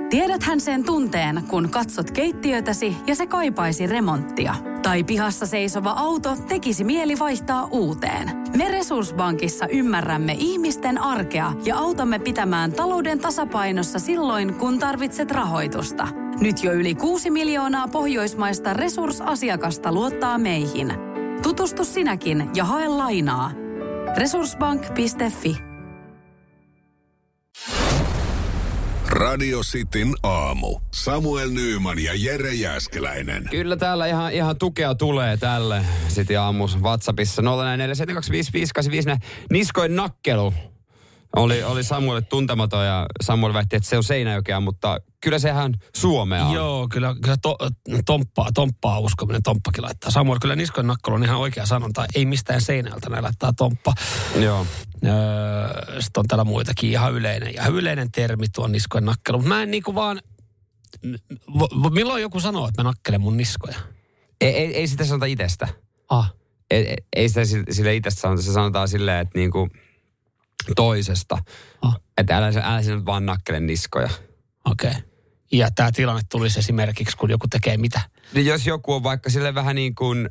Tiedäthän sen tunteen, kun katsot keittiötäsi ja se kaipaisi remonttia. Tai pihassa seisova auto tekisi mieli vaihtaa uuteen. Me Resurssbankissa ymmärrämme ihmisten arkea ja autamme pitämään talouden tasapainossa silloin, kun tarvitset rahoitusta. Nyt jo yli 6 miljoonaa pohjoismaista resursasiakasta luottaa meihin. Tutustu sinäkin ja hae lainaa. Resurssbank.fi. Radio Cityn aamu. Samuel Nyyman ja Jere Jääskeläinen. Kyllä täällä ihan tukea tulee tälle Cityn aamu WhatsAppissa 047255854. Niskojen nakkelu oli Samuelle tuntematon ja Samuel väitti, että se on Seinäjokea, mutta kyllä sehän Suomea on. Joo, kyllä tomppaa uskominen, tomppakin laittaa. Samuel, kyllä niskojen nakkelu on ihan oikea sanonta. Ei mistään Seinäjältä, ne laittaa tomppa. Joo. Sitten on täällä muitakin ihan yleinen termi tuo niskojen nakkelu. Mutta mä en niinku vaan, milloin joku sanoo, että mä nakkelen mun niskoja? Ei sitä sanota itsestä. Ei sitä sille itsestä sanota, se sanotaan silleen, että niinku toisesta. Että älä sinä vaan nakkele niskoja. Okei. Ja tämä tilanne tulisi esimerkiksi, kun joku tekee mitä? Niin jos joku on vaikka sille vähän niin kuin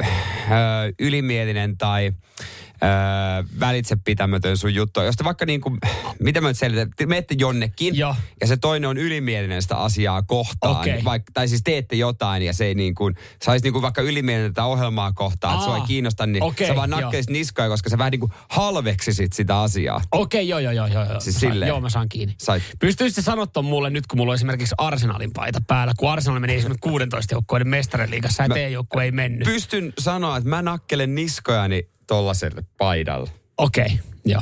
ylimielinen tai välitsepitämätön sun juttu. Jos te vaikka niin kuin, mitä mä nyt selitän, menette jonnekin ja se toinen on ylimielinen sitä asiaa kohtaan. Tai siis teette jotain ja se ei niin kuin, saisi niin kuin vaikka ylimielinen tätä ohjelmaa kohtaan, että sua ei kiinnosta, niin sä vaan nakkelisit niskoja, koska sä vähän niin kuin halveksisit sitä asiaa. Joo. Siis silleen. Mä saan kiinni. Pystyisit sanoa ton mulle nyt, kun mulla on esimerkiksi Arsenalin paita päällä, kun Arsenal meni esimerkiksi 16 joukkueiden mestariliigassa ja teidän joukkue ei mennyt. Pystyn sanoa, että mä nakkelen niskojani tollaselle paidalla. Okei.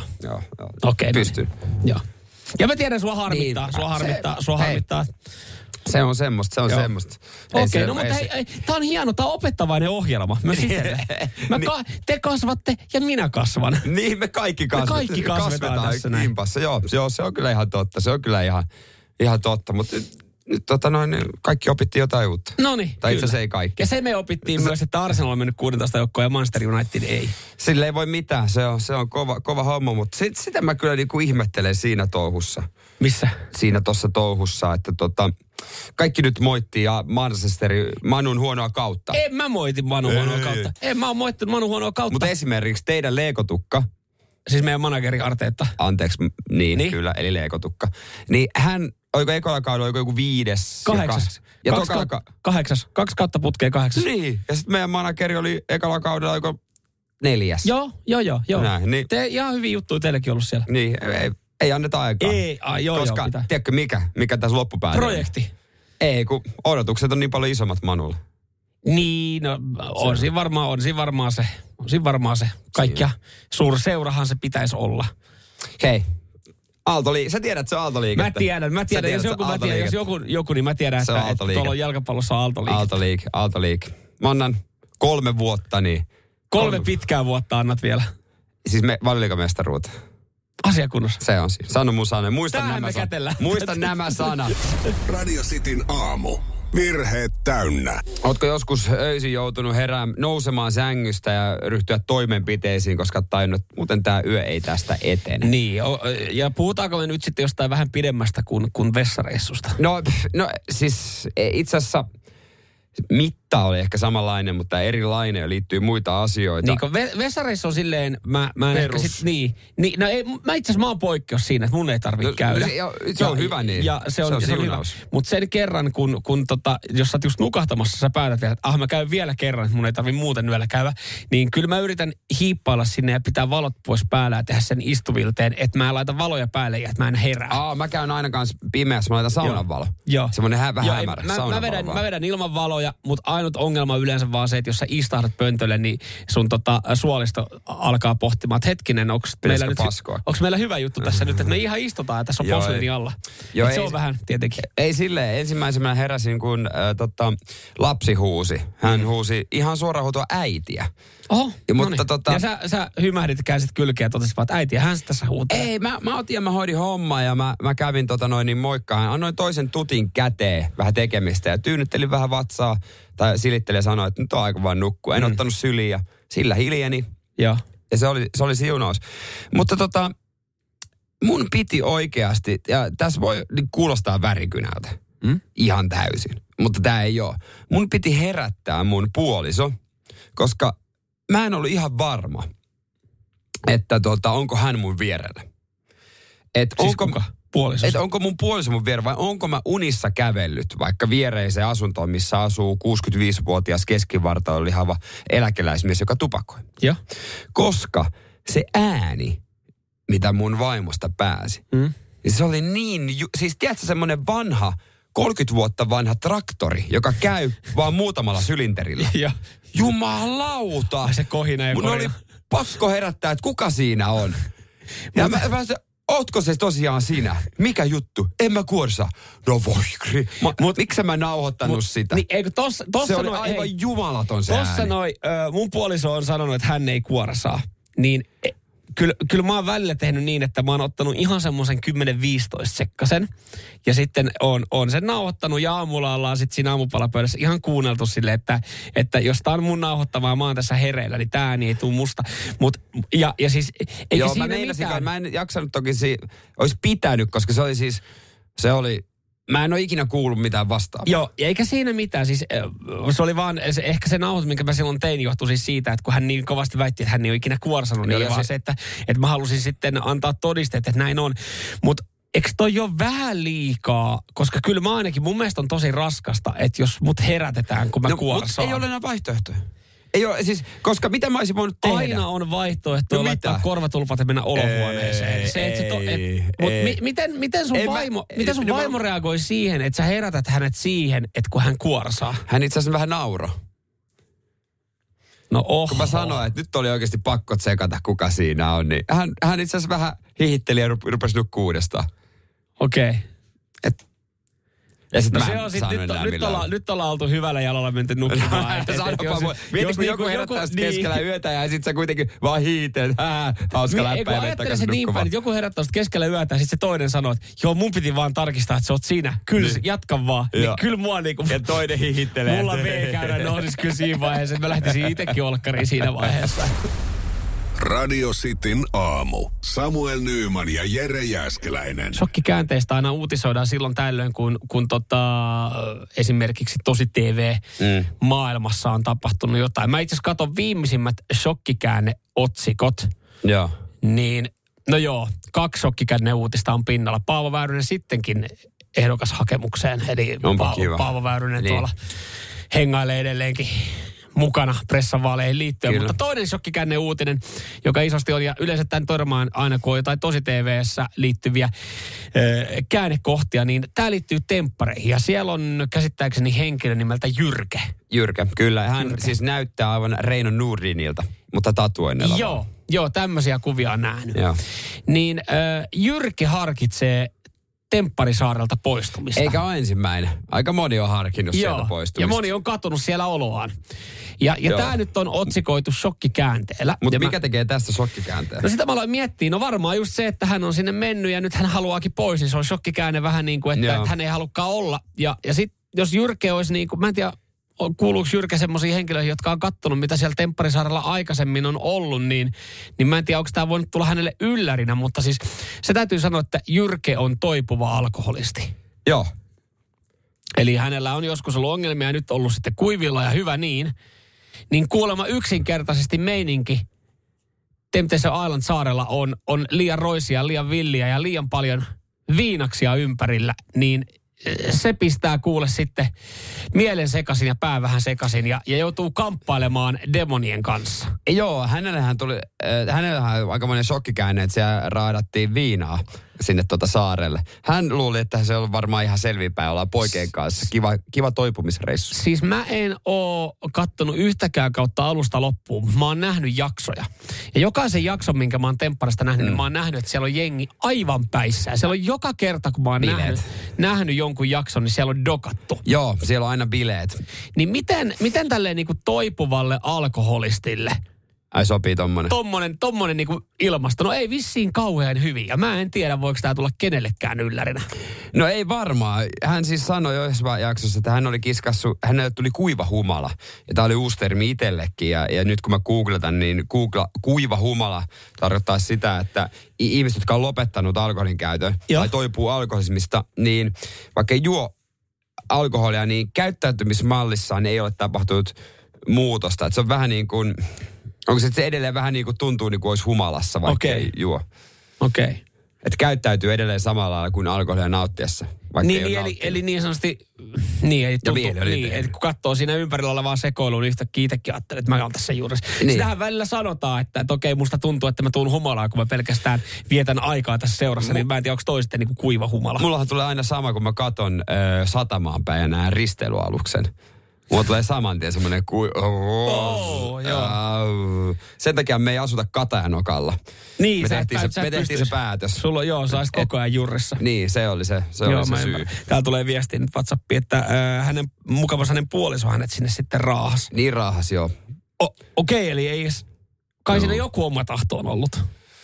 Pystyn. Joo. Ja mä tiedän, sua harmittaa. Niin, sua harmittaa. Se on semmoista. Okei, no mutta hei, tää on hieno, tää on opettavainen ohjelma. Myös itselle. Te kasvatte ja minä kasvan. Niin, me kaikki kasvetaan tässä näin. Kimpassa. Joo, se on kyllä ihan totta. Se on kyllä ihan totta, mutta nyt kaikki opittiin jotain uutta. Noniin, tai itse asiassa ei kaikki. Ja se me opittiin myös, että Arsenal on mennyt 16 joukkoon ja Manchester United ei. Sille ei voi mitään, se on kova homma, mutta sitä mä kyllä niinku ihmettelen siinä touhussa. Missä? Siinä tuossa touhussa, että kaikki nyt moittii ja Manun huonoa kautta. En mä moiti Manun huonoa kautta. En mä ole moittanut Manun huonoa kautta. Mutta esimerkiksi teidän Leekotukka. Siis meidän manageri Arteetta. Anteeksi, niin? Kyllä, eli Leekotukka. Niin hän, oliko ekalla kaudella, oliko joku 5. 8. Ja 8. 2 kautta putkeen 8. Niin, ja sitten meidän manageri oli ekalla kaudella, oliko 4. Joo. Näin, niin. Ihan hyviä juttuja teillekin ollut siellä. Niin, ei anneta aikaa. Koska, tiedätkö mikä tässä loppupäällä? Projekti. Ei, kun odotukset on niin paljon isommat Manulle. Niin, no on siinä varmaan se. Kaikkia suurseurahan se pitäisi olla. Hei, sä tiedät, että se on Aaltoliikettä. Mä tiedän. Jos joku, niin mä tiedän, että tuolla on jalkapallossa Aaltoliike. Aaltoliike. Mä annan 3 vuotta, niin... 3 pitkää vuotta annat vielä. Siis valioliigamestaruuteen. Asiakunnossa. Se on siinä. Sano mun sanne. Muista nämä sanat. Radio Cityn aamu. Virheet täynnä. Ootko joskus öisin joutunut nousemaan sängystä ja ryhtyä toimenpiteisiin, koska tajunnut, että muuten tämä yö ei tästä etene? Niin, ja puhutaanko me nyt sitten jostain vähän pidemmästä kuin vessareissusta? No siis itse asiassa mitta oli ehkä samanlainen, mutta erilainen ja liittyy muita asioita. Niin, kun vessareissa on silleen, mä ehkä sit, no ei, mä itse asiassa mä oon poikkeus siinä, että mun ei tarvitse käydä. Se on hyvä niin. Ja se on hyvä. Mutta sen kerran, kun jos sä oot just nukahtamassa, sä päätät vielä, että mä käyn vielä kerran, että mun ei tarvitse muuten yöllä käydä, niin kyllä mä yritän hiippailla sinne ja pitää valot pois päällä ja tehdä sen istuvilteen, että mä en laita valoja päälle ja että mä en herää. Mä käyn aina kanssa pimeässä, mä laitan saunan valo. Joo. Semmoinen vähän hämärä mä vedän ilman valoja, mutta ainut ongelma on yleensä vaan se, että jos sä istahdat pöntölle, niin sun suolisto alkaa pohtimaan, että hetkinen, onko meillä hyvä juttu tässä nyt, että me ihan istutaan ja tässä on posliini alla. Joo, se on vähän tietenkin. Ei silleen. Ensimmäisenä heräsin, kun lapsi huusi. Hän huusi ihan suoraan huutoa äitiä. Oho, ja sä hymähdit ja käänsit kylkeä ja totesit vaan, että äitiä, hän tässä huutaa. Ei, mä hoidin hommaa ja mä kävin moikkaan. Annoin toisen tutin käteen vähän tekemistä ja tyynnyttelin vähän vatsaa tai silittelin ja sanoin, että nyt on aika vaan nukkua. En ottanut syliin ja sillä hiljeni. Ja se oli siunaus. Mutta mun piti oikeasti, ja tässä voi kuulostaa värikynältä. Ihan täysin. Mutta tämä ei ole. Mun piti herättää mun puoliso, koska mä en ollut ihan varma, että onko hän mun vierellä. Siis kuka? Puoliso? Että onko mun puoliso mun vierellä vai onko mä unissa kävellyt vaikka viereiseen asuntoon, missä asuu 65-vuotias keskivartalo lihava eläkeläismies, joka tupakoi. Ja? Koska se ääni, mitä mun vaimosta pääsi, niin se oli niin, siis tiedätkö semmoinen vanha, 30 vuotta vanha traktori, joka käy vaan muutamalla sylinterillä. Ja. Jumalauta! Se kohina ja mun oli pakko herättää, että kuka siinä on. Ja mä ootko se tosiaan sinä? Mikä juttu? En mä kuorsa. No voikri. Miksi mä nauhoittanut sitä? Niin, eikö tossa se oli aivan jumalaton se tossa ääni. Mun puoliso on sanonut, että hän ei kuorsaa. Niin kyllä mä oon välillä tehnyt niin, että mä oon ottanut ihan semmoisen 10-15 sekkasen. Ja sitten on sen nauhoittanut ja aamulla ollaan sitten siinä aamupalapöydässä ihan kuunneltu silleen, että jos tää on mun nauhoittavaa, mä oon tässä hereillä, niin tää ääni ei tuu musta. Ja siis eikä joo, siinä mitään. Mä en jaksanut toki olisi pitänyt, koska se oli mä en ole ikinä kuullut mitään vastaavaa. Joo, eikä siinä mitään. Siis se oli vaan, ehkä se nauhoitus, minkä mä silloin tein, johtui siis siitä, että kun hän niin kovasti väitti, että hän ei ole ikinä kuorsannut, niin vaan se, että mä halusin sitten antaa todisteet, että näin on. Mutta eikö toi ole vähän liikaa? Koska kyllä mä ainakin, mun mielestä on tosi raskasta, että jos mut herätetään, kun mä kuorsaan. Ei ole enää vaihtoehtoja. Ei ole, siis, koska mitä mä olisin voinut tehdä? Aina on vaihtoehto laittaa korvatulpat ja mennä olohuoneeseen. Miten sun vaimo reagoi siihen, että sä herätät hänet siihen, että kun hän kuorsaa? Hän itse asiassa vähän nauroi. No oho. Kun mä sanoin, että nyt oli oikeasti pakko tsekata, kuka siinä on, niin hän itse asiassa vähän hihitteli ja rupesi nukkua uudestaan. Okei. Ja sitten nyt ollaan oltu hyvällä jalalla menty nukkumaan. Mieti, kun joku herättäisi keskellä yötä ja sitten sä kuitenkin vaan hiitelet, hauska läppä ja vettä takaisin niin päin, että joku herättäisi keskellä yötä ja sitten se toinen sanoo, että joo, mun piti vaan tarkistaa, että sä oot siinä. Kyllä, jatka vaan. Niin, kyllä mua niinku. Ja toinen hihittelee. Mulla V-käyrä nousisi kyllä siinä vaiheessa, että mä lähtisin itsekin olkkariin siinä vaiheessa. Radio Cityn aamu. Samuel Nyyman ja Jere Jääskeläinen. Shokkikäänteistä aina uutisoidaan silloin tällöin, kun esimerkiksi Tosi TV-maailmassa on tapahtunut jotain. Mä itse asiassa katson viimeisimmät shokkikäänneotsikot. Joo. Niin, no joo, 2 shokkikäänne-uutista on pinnalla. Paavo Väyrynen sittenkin ehdokashakemukseen. Eli Paavo Väyrynen tuolla hengailee edelleenkin mukana pressavaaleihin liittyen. Kyllä. Mutta toinen shokkikänne-uutinen, joka isosti on, ja yleensä tämän törmään aina, kun on jotain Tosi TV:ssä liittyviä käännekohtia, niin tämä liittyy temppareihin. Ja siellä on käsittääkseni henkilö nimeltä Jyrke. Jyrke, kyllä. Hän siis näyttää aivan Reino Nordinilta, mutta tatuoinnilla. Joo, tämmöisiä kuvia on nähnyt. Joo. Niin Jyrke harkitsee Tempparisaarelta poistumista. Eikä ole ensimmäinen. Aika moni on harkinnut sieltä poistumista. Ja moni on katunut siellä oloaan. Ja tämä nyt on otsikoitu shokkikäänteellä. Mutta mikä tekee tästä shokkikäänteellä? No sitä mä aloin miettiä. No varmaan just se, että hän on sinne mennyt ja nyt hän haluaakin pois. Niin se on shokkikäänne vähän niin kuin, että hän ei halukkaan olla. Ja sitten jos Jyrke olisi niin kuin, mä en tiedä, kuuluuko Jyrke semmoisiin henkilöihin, jotka on kattonut, mitä siellä Tempparisaarella aikaisemmin on ollut, niin mä en tiedä, onko tämä voinut tulla hänelle yllärinä, mutta siis se täytyy sanoa, että Jyrke on toipuva alkoholisti. Joo. Eli hänellä on joskus ollut ongelmia ja nyt ollut sitten kuivilla ja hyvä niin. Niin kuulemma yksinkertaisesti meininki Temptation Island saarella on liian roisia, liian villiä ja liian paljon viinaksia ympärillä, niin se pistää kuule sitten mielen sekaisin ja pää vähän sekaisin ja joutuu kamppailemaan demonien kanssa. Joo, hänellähän on aikamoinen shokkikäänne, että siellä raadattiin viinaa sinne saarelle. Hän luuli, että se on varmaan ihan selvinpäin, ollaan poikien kanssa. Kiva toipumisreissu. Siis mä en oo kattonut yhtäkään kautta alusta loppuun. Mä oon nähnyt jaksoja. Ja jokaisen jakson, minkä mä oon Tempparista nähnyt, niin mä oon nähnyt, että siellä on jengi aivan päissään. Siellä on joka kerta, kun mä oon nähnyt jonkun jakson, niin siellä on dokattu. Joo, siellä on aina bileet. Niin miten tälleen niinku toipuvalle alkoholistille Ai sopii tommonen. Tommonen niinku ilmasto. No ei vissiin kauhean hyvin. Ja mä en tiedä, voiko tää tulla kenellekään yllärinä. No ei varmaan. Hän siis sanoi jossain jaksossa, että hän oli hänelle tuli kuiva humala. Ja tää oli uusi termi itsellekin. Ja nyt kun mä googletan, niin kuiva humala tarkoittaa sitä, että ihmiset, jotka on lopettanut alkoholin käytön tai toipuu alkoholismista, niin vaikka ei juo alkoholia, niin käyttäytymismallissaan ei ole tapahtunut muutosta. Että se on vähän niin kuin, onko se edelleen vähän niin kuin tuntuu niin kuin olisi humalassa, vaikka ei juo. Okei. Että käyttäytyy edelleen samalla lailla kuin alkoholia nauttiessa, vaikka ei ole eli niin sanotusti, että kun katsoo siinä ympärillä olevaa sekoilua, niin yhtäkkiä itsekin ajattelee, että mä olen tässä juuressa. Niin. Sitähän välillä sanotaan, että okei, musta tuntuu, että mä tuun humalaa, kun mä pelkästään vietän aikaa tässä seurassa, niin mä en tiedä, onko toisten niin kuin kuiva humala. Mullahan tulee aina sama, kun mä katon satamaan päin ja näen risteilyaluksen. Mulla tulee saman tien semmoinen sen takia me ei asuta Katajanokalla. Niin, me tehtiin se päätös. Sulla sä olisit koko ajan jurrissa. Niin, se oli se syy. Täällä tulee viesti nyt WhatsAppiin, että hänen puoliso hänet sinne sitten raahas. Niin raahas, joo. Okei, eli ei kai siinä joku oma tahto on ollut.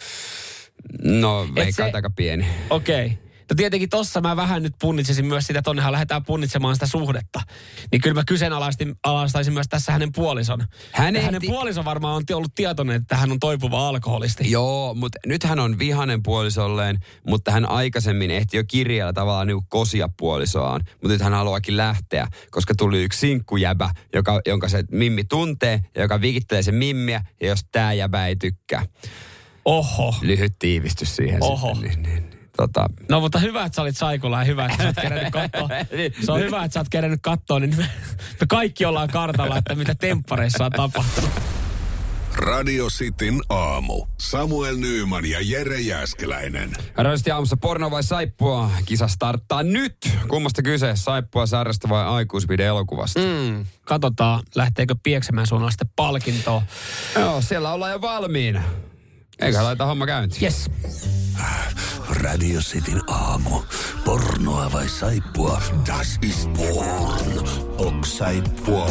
No, veikkaa aika pieni. Okei. No tietenkin tossa mä vähän nyt punnitsisin myös sitä, tonnehan lähdetään punnitsemaan sitä suhdetta. Niin kyllä mä kyseenalaistaisin myös tässä hänen puolison. Hänen puoliso varmaan on ollut tietoinen, että hän on toipuva alkoholisti. Joo, mutta nyt hän on vihainen puolisolleen, mutta hän aikaisemmin ehti jo kirjalla tavallaan niin kosia puolisoaan. Mutta nyt hän haluaakin lähteä, koska tuli yksi sinkkujäbä, jonka se mimmi tuntee ja joka vikittelee sen mimmiä, ja jos tää jäbä ei tykkää. Oho. Lyhyt tiivistys siihen sitten. Niin. No mutta hyvä, että sä olit saikulla ja hyvä, että sä oot kerännyt katsoa. Se on hyvä, että sä oot kerännyt katsoa, niin me kaikki ollaan kartalla, että mitä temppareissa on tapahtunut. Radio Cityn aamu. Samuel Nyyman ja Jere Jääskeläinen. Radio Cityn aamussa porno vai saippua? Kisa starttaa nyt. Kummasta kyse? Saippua, sarjasta vai aikuisvide-elokuvasta? Katsotaan, lähteekö Pieksämäen suunnalla sitten palkintoa. Joo, siellä ollaan jo valmiina. Eiköhän laita homma käyntiin. Yes. Radio Cityn aamu. Pornoa vai saippua? Das ist porn. Ok saippua.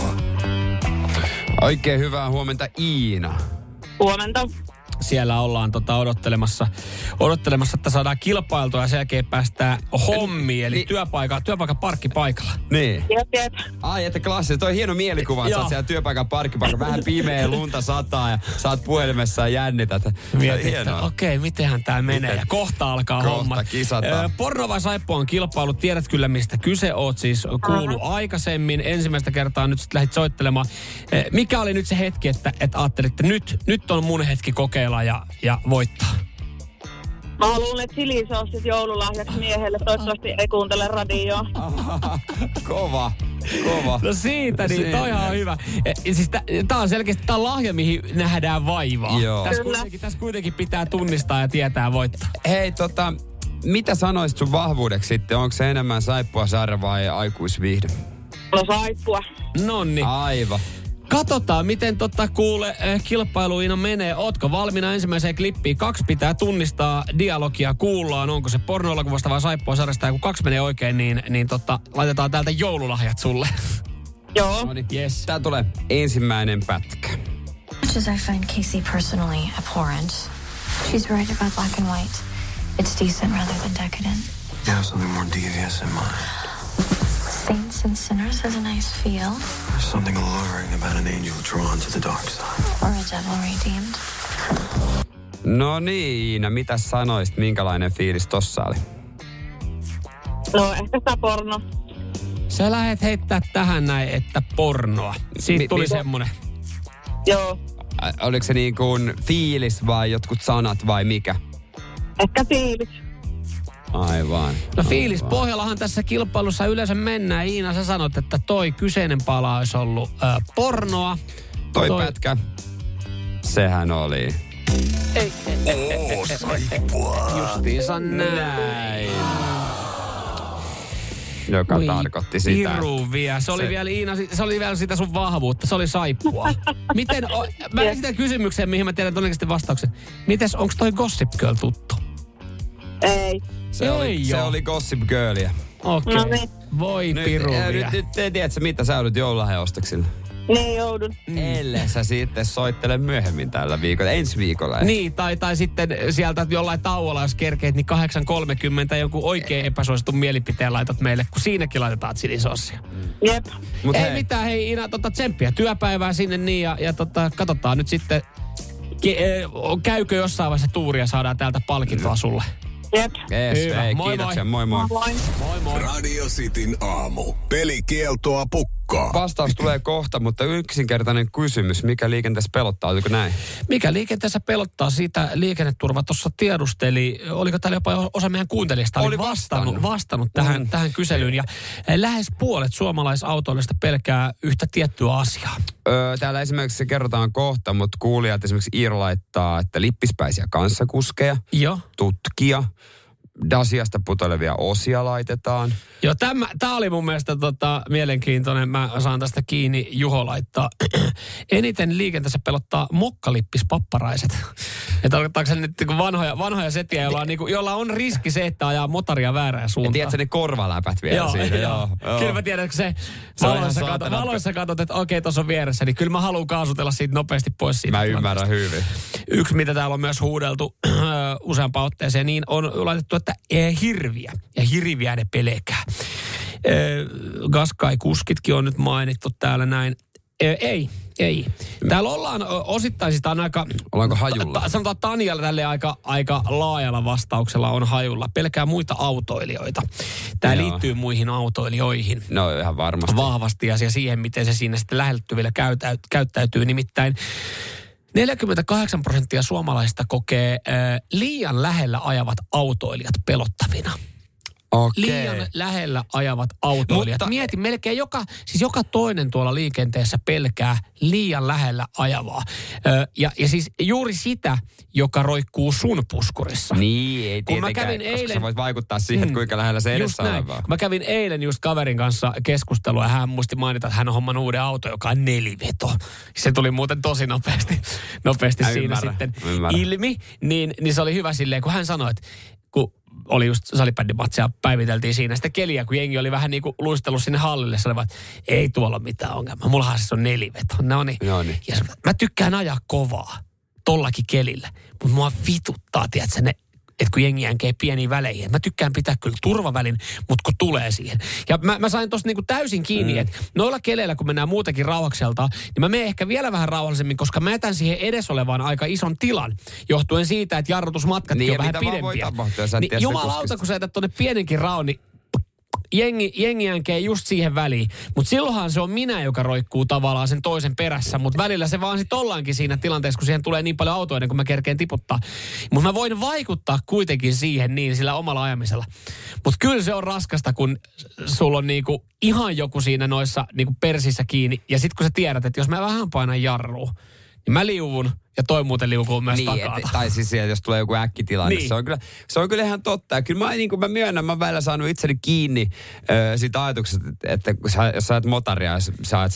Oikein hyvää huomenta, Iina. Huomenta. Siellä ollaan odottelemassa, että saadaan kilpailtua ja sen jälkeen päästään hommiin, eli työpaikan parkkipaikalla. Niin. Jep. Ai, että klassista. Toi hieno mielikuva, että sä oot siellä työpaikan parkkipaikalla, vähän pimeä, lunta sataa ja sä oot puhelimessa ja jännität. Mietit, että okei, mitenhän tää menee. Ja kohta alkaa homma. Kohta kisataan. Porno vai saippua on kilpailu. Tiedät kyllä, mistä kyse. Oot siis kuullut aikaisemmin. Ensimmäistä kertaa nyt sitten lähdit soittelemaan. Mikä oli nyt se hetki, että ajattelit, että nyt on mun hetki kokeilla ja voittaa? Mä luulen, että chilisausit joululahjaksi miehelle. Toivottavasti ei kuuntele radioa. Kova. No siitä, niin toihan on hyvä. Siis tää on selkeästi lahja, mihin nähdään vaivaa. Joo. Tässä kuitenkin pitää tunnistaa ja tietää voittaa. Hei, mitä sanoisit sun vahvuudeksi sitten? Onko se enemmän saippua, sarja vai aikuisviihde? No saippua. Nonni. Aivan. Katsotaan, miten kilpailuina menee. Ootko valmiina ensimmäiseen klippiin? 2 pitää tunnistaa, dialogia kuullaan. Onko se pornoelokuvasta vai saippua sarjasta? Ja kun 2 menee oikein, niin laitetaan täältä joululahjat sulle. Joo. Noniin, yes. Tää tulee ensimmäinen pätkä. Much as I find Casey personally abhorrent, she's right about black and white. It's decent rather than decadent. You have something more devious in mind. Saints and sinners has a nice feel. There's something alluring about an angel drawn to the dark side. Or a devil redeemed. No niin, mitä sanoisit, minkälainen fiilis tossa oli? No ehkä sitä porno. Sä lähdet heittää tähän näin, että pornoa. Siitä tuli semmonen. Joo. Oliko se niin kuin fiilis vai jotkut sanat vai mikä? Ehkä fiilis. Aivan. No fiilispohjallahan tässä kilpailussa yleensä mennään. Iina, sä sanot, että toi kyseinen pala olisi ollut pornoa. Toi pätkä, sehän oli. Ei. Justiinsa näin. Joka tarkoitti sitä. Iruvia. Se oli vielä, Iina, se oli vielä sitä sun vahvuutta. Se oli saippua. Miten, mä esitän kysymyksen, mihin mä tiedän todennäköisesti vastauksen. Mites, onko toi Gossip Girl tuttu? Ei. Se oli Gossip Girlia. Okei. No niin. Voi piruvia. Nyt tiedätkö, mitä sä joudut joululahjaostoksille? Niin joudun. Ellei sä sitten soittele myöhemmin tällä viikolla, ensi viikolla. Niin, tai sitten sieltä jollain tauolla, jos kerkeet, niin 8.30 jonkun oikein epäsuositun mielipiteen laitat meille, kun siinäkin laitetaan chilisossia. Jep. Mut ei mitään, hei Ina, tsemppiä työpäivää sinne niin ja katsotaan nyt sitten, käykö jossain vaiheessa tuuria, saadaan täältä palkintoa sulle. Jep. Hyvä. Hei, moi kiitoksia. Moi moi. Moi. Radio Cityn aamu. Pelikieltoa pukkaa. Vastaus tulee kohta, mutta yksinkertainen kysymys. Mikä liikenteessä pelottaa? Oliko näin? Mikä liikenteessä pelottaa? Siitä liikenneturva tuossa tiedusteli. Oliko täällä jopa osa meidän kuuntelijista oli vastannut tähän kyselyyn. Ja lähes puolet suomalaisautoilijoista pelkää yhtä tiettyä asiaa. Täällä esimerkiksi se kerrotaan kohta, mutta kuulijat esimerkiksi Iiro laittaa, että lippispäisiä kanssakuskeja, tutkia, Daciasta putoilevia osia laitetaan. Joo, tämä oli mun mielestä mielenkiintoinen. Mä saan tästä kiinni. Juho laittaa. Eniten liikenteessä pelottaa mokkalippispapparaiset. Ja tarkoittaako se nyt vanhoja setiä, jolla on riski se, että ajaa motaria väärään suuntaan. Ja tiedätkö ne korvaläpät vielä siinä? Joo. Kyllä mä tiedän, että se valoissa katsot, että okei, tuossa on vieressä, niin kyllä mä haluan kaasutella siitä nopeasti pois siitä. Mä ymmärrän hyvin. Yksi, mitä täällä on myös huudeltu useampaan otteeseen, niin on laitettu, että hirviä. Ja hirviä ne pelkää. Gaskai-kuskitkin on nyt mainittu täällä näin. Ei. Täällä ollaan osittain sitä aika... Ollaanko hajulla? Sanotaan Tanjalla tälle aika laajalla vastauksella on hajulla. Pelkää muita autoilijoita. Tämä liittyy muihin autoilijoihin. No ihan varmasti. Vahvasti ja siihen, miten se siinä sitten läheltyvillä käyttäytyy. Nimittäin 48% suomalaisista kokee liian lähellä ajavat autoilijat pelottavina. Okei. Liian lähellä ajavat autoilijat. Mutta mieti, melkein joka toinen tuolla liikenteessä pelkää liian lähellä ajavaa. Ja siis juuri sitä, joka roikkuu sun puskurissa. Niin, ei tietenkään, koska sä voit vaikuttaa siihen, kuinka lähellä se edessä ajavaa. Kun mä kävin eilen just kaverin kanssa keskustelua ja hän muisti mainita, että hän on hommannut uuden auto, joka on 4-veto. Se tuli muuten tosi nopeasti siinä sitten ilmi. Niin se oli hyvä silleen, kun hän sanoi, että kun oli just salibändimatsia, päiviteltiin siinä sitä keliä, kun jengi oli vähän niin kuin luistellut sinne hallille. Se oli vaan, että ei tuolla ole mitään ongelmaa. Mullahan siis on 4-veto. No niin. Ja mä tykkään ajaa kovaa tollakin kelillä. Mutta mua vituttaa, tiedätkö, että kun jengi jänkee pieniin väleihin. Mä tykkään pitää kyllä turvavälin, mutta kun tulee siihen. Ja mä sain tosta niinku täysin kiinni, että noilla keleillä, kun mennään muutenkin rauhakselta, niin mä menen ehkä vielä vähän rauhallisemmin, koska mä jätän siihen edes olevaan aika ison tilan, johtuen siitä, että jarrutusmatkatkin on vähän pidempiä. Niin jumalauta, kun sä jätät tonne pienenkin raon, niin jengi jänkee just siihen väliin. Mutta silloinhan se on minä, joka roikkuu tavallaan sen toisen perässä. Mutta välillä se vaan sit ollaankin siinä tilanteessa, kun siihen tulee niin paljon autoja, ennen kuin mä kerkeen tiputtaa. Mutta mä voin vaikuttaa kuitenkin siihen niin sillä omalla ajamisella. Mutta kyllä se on raskasta, kun sulla on niinku ihan joku siinä noissa niinku persissä kiinni. Ja sit kun sä tiedät, että jos mä vähän painan jarruun, niin mä liuvun ja toi muuten liukuu myös takaa. Tai siis jos tulee joku äkkitilanne. Niin. Se on kyllä ihan totta. Ja kyllä mä myönnän, mä oon välillä saanut itseni kiinni siitä ajatuksesta, että jos sä ajat motaria, sä ajat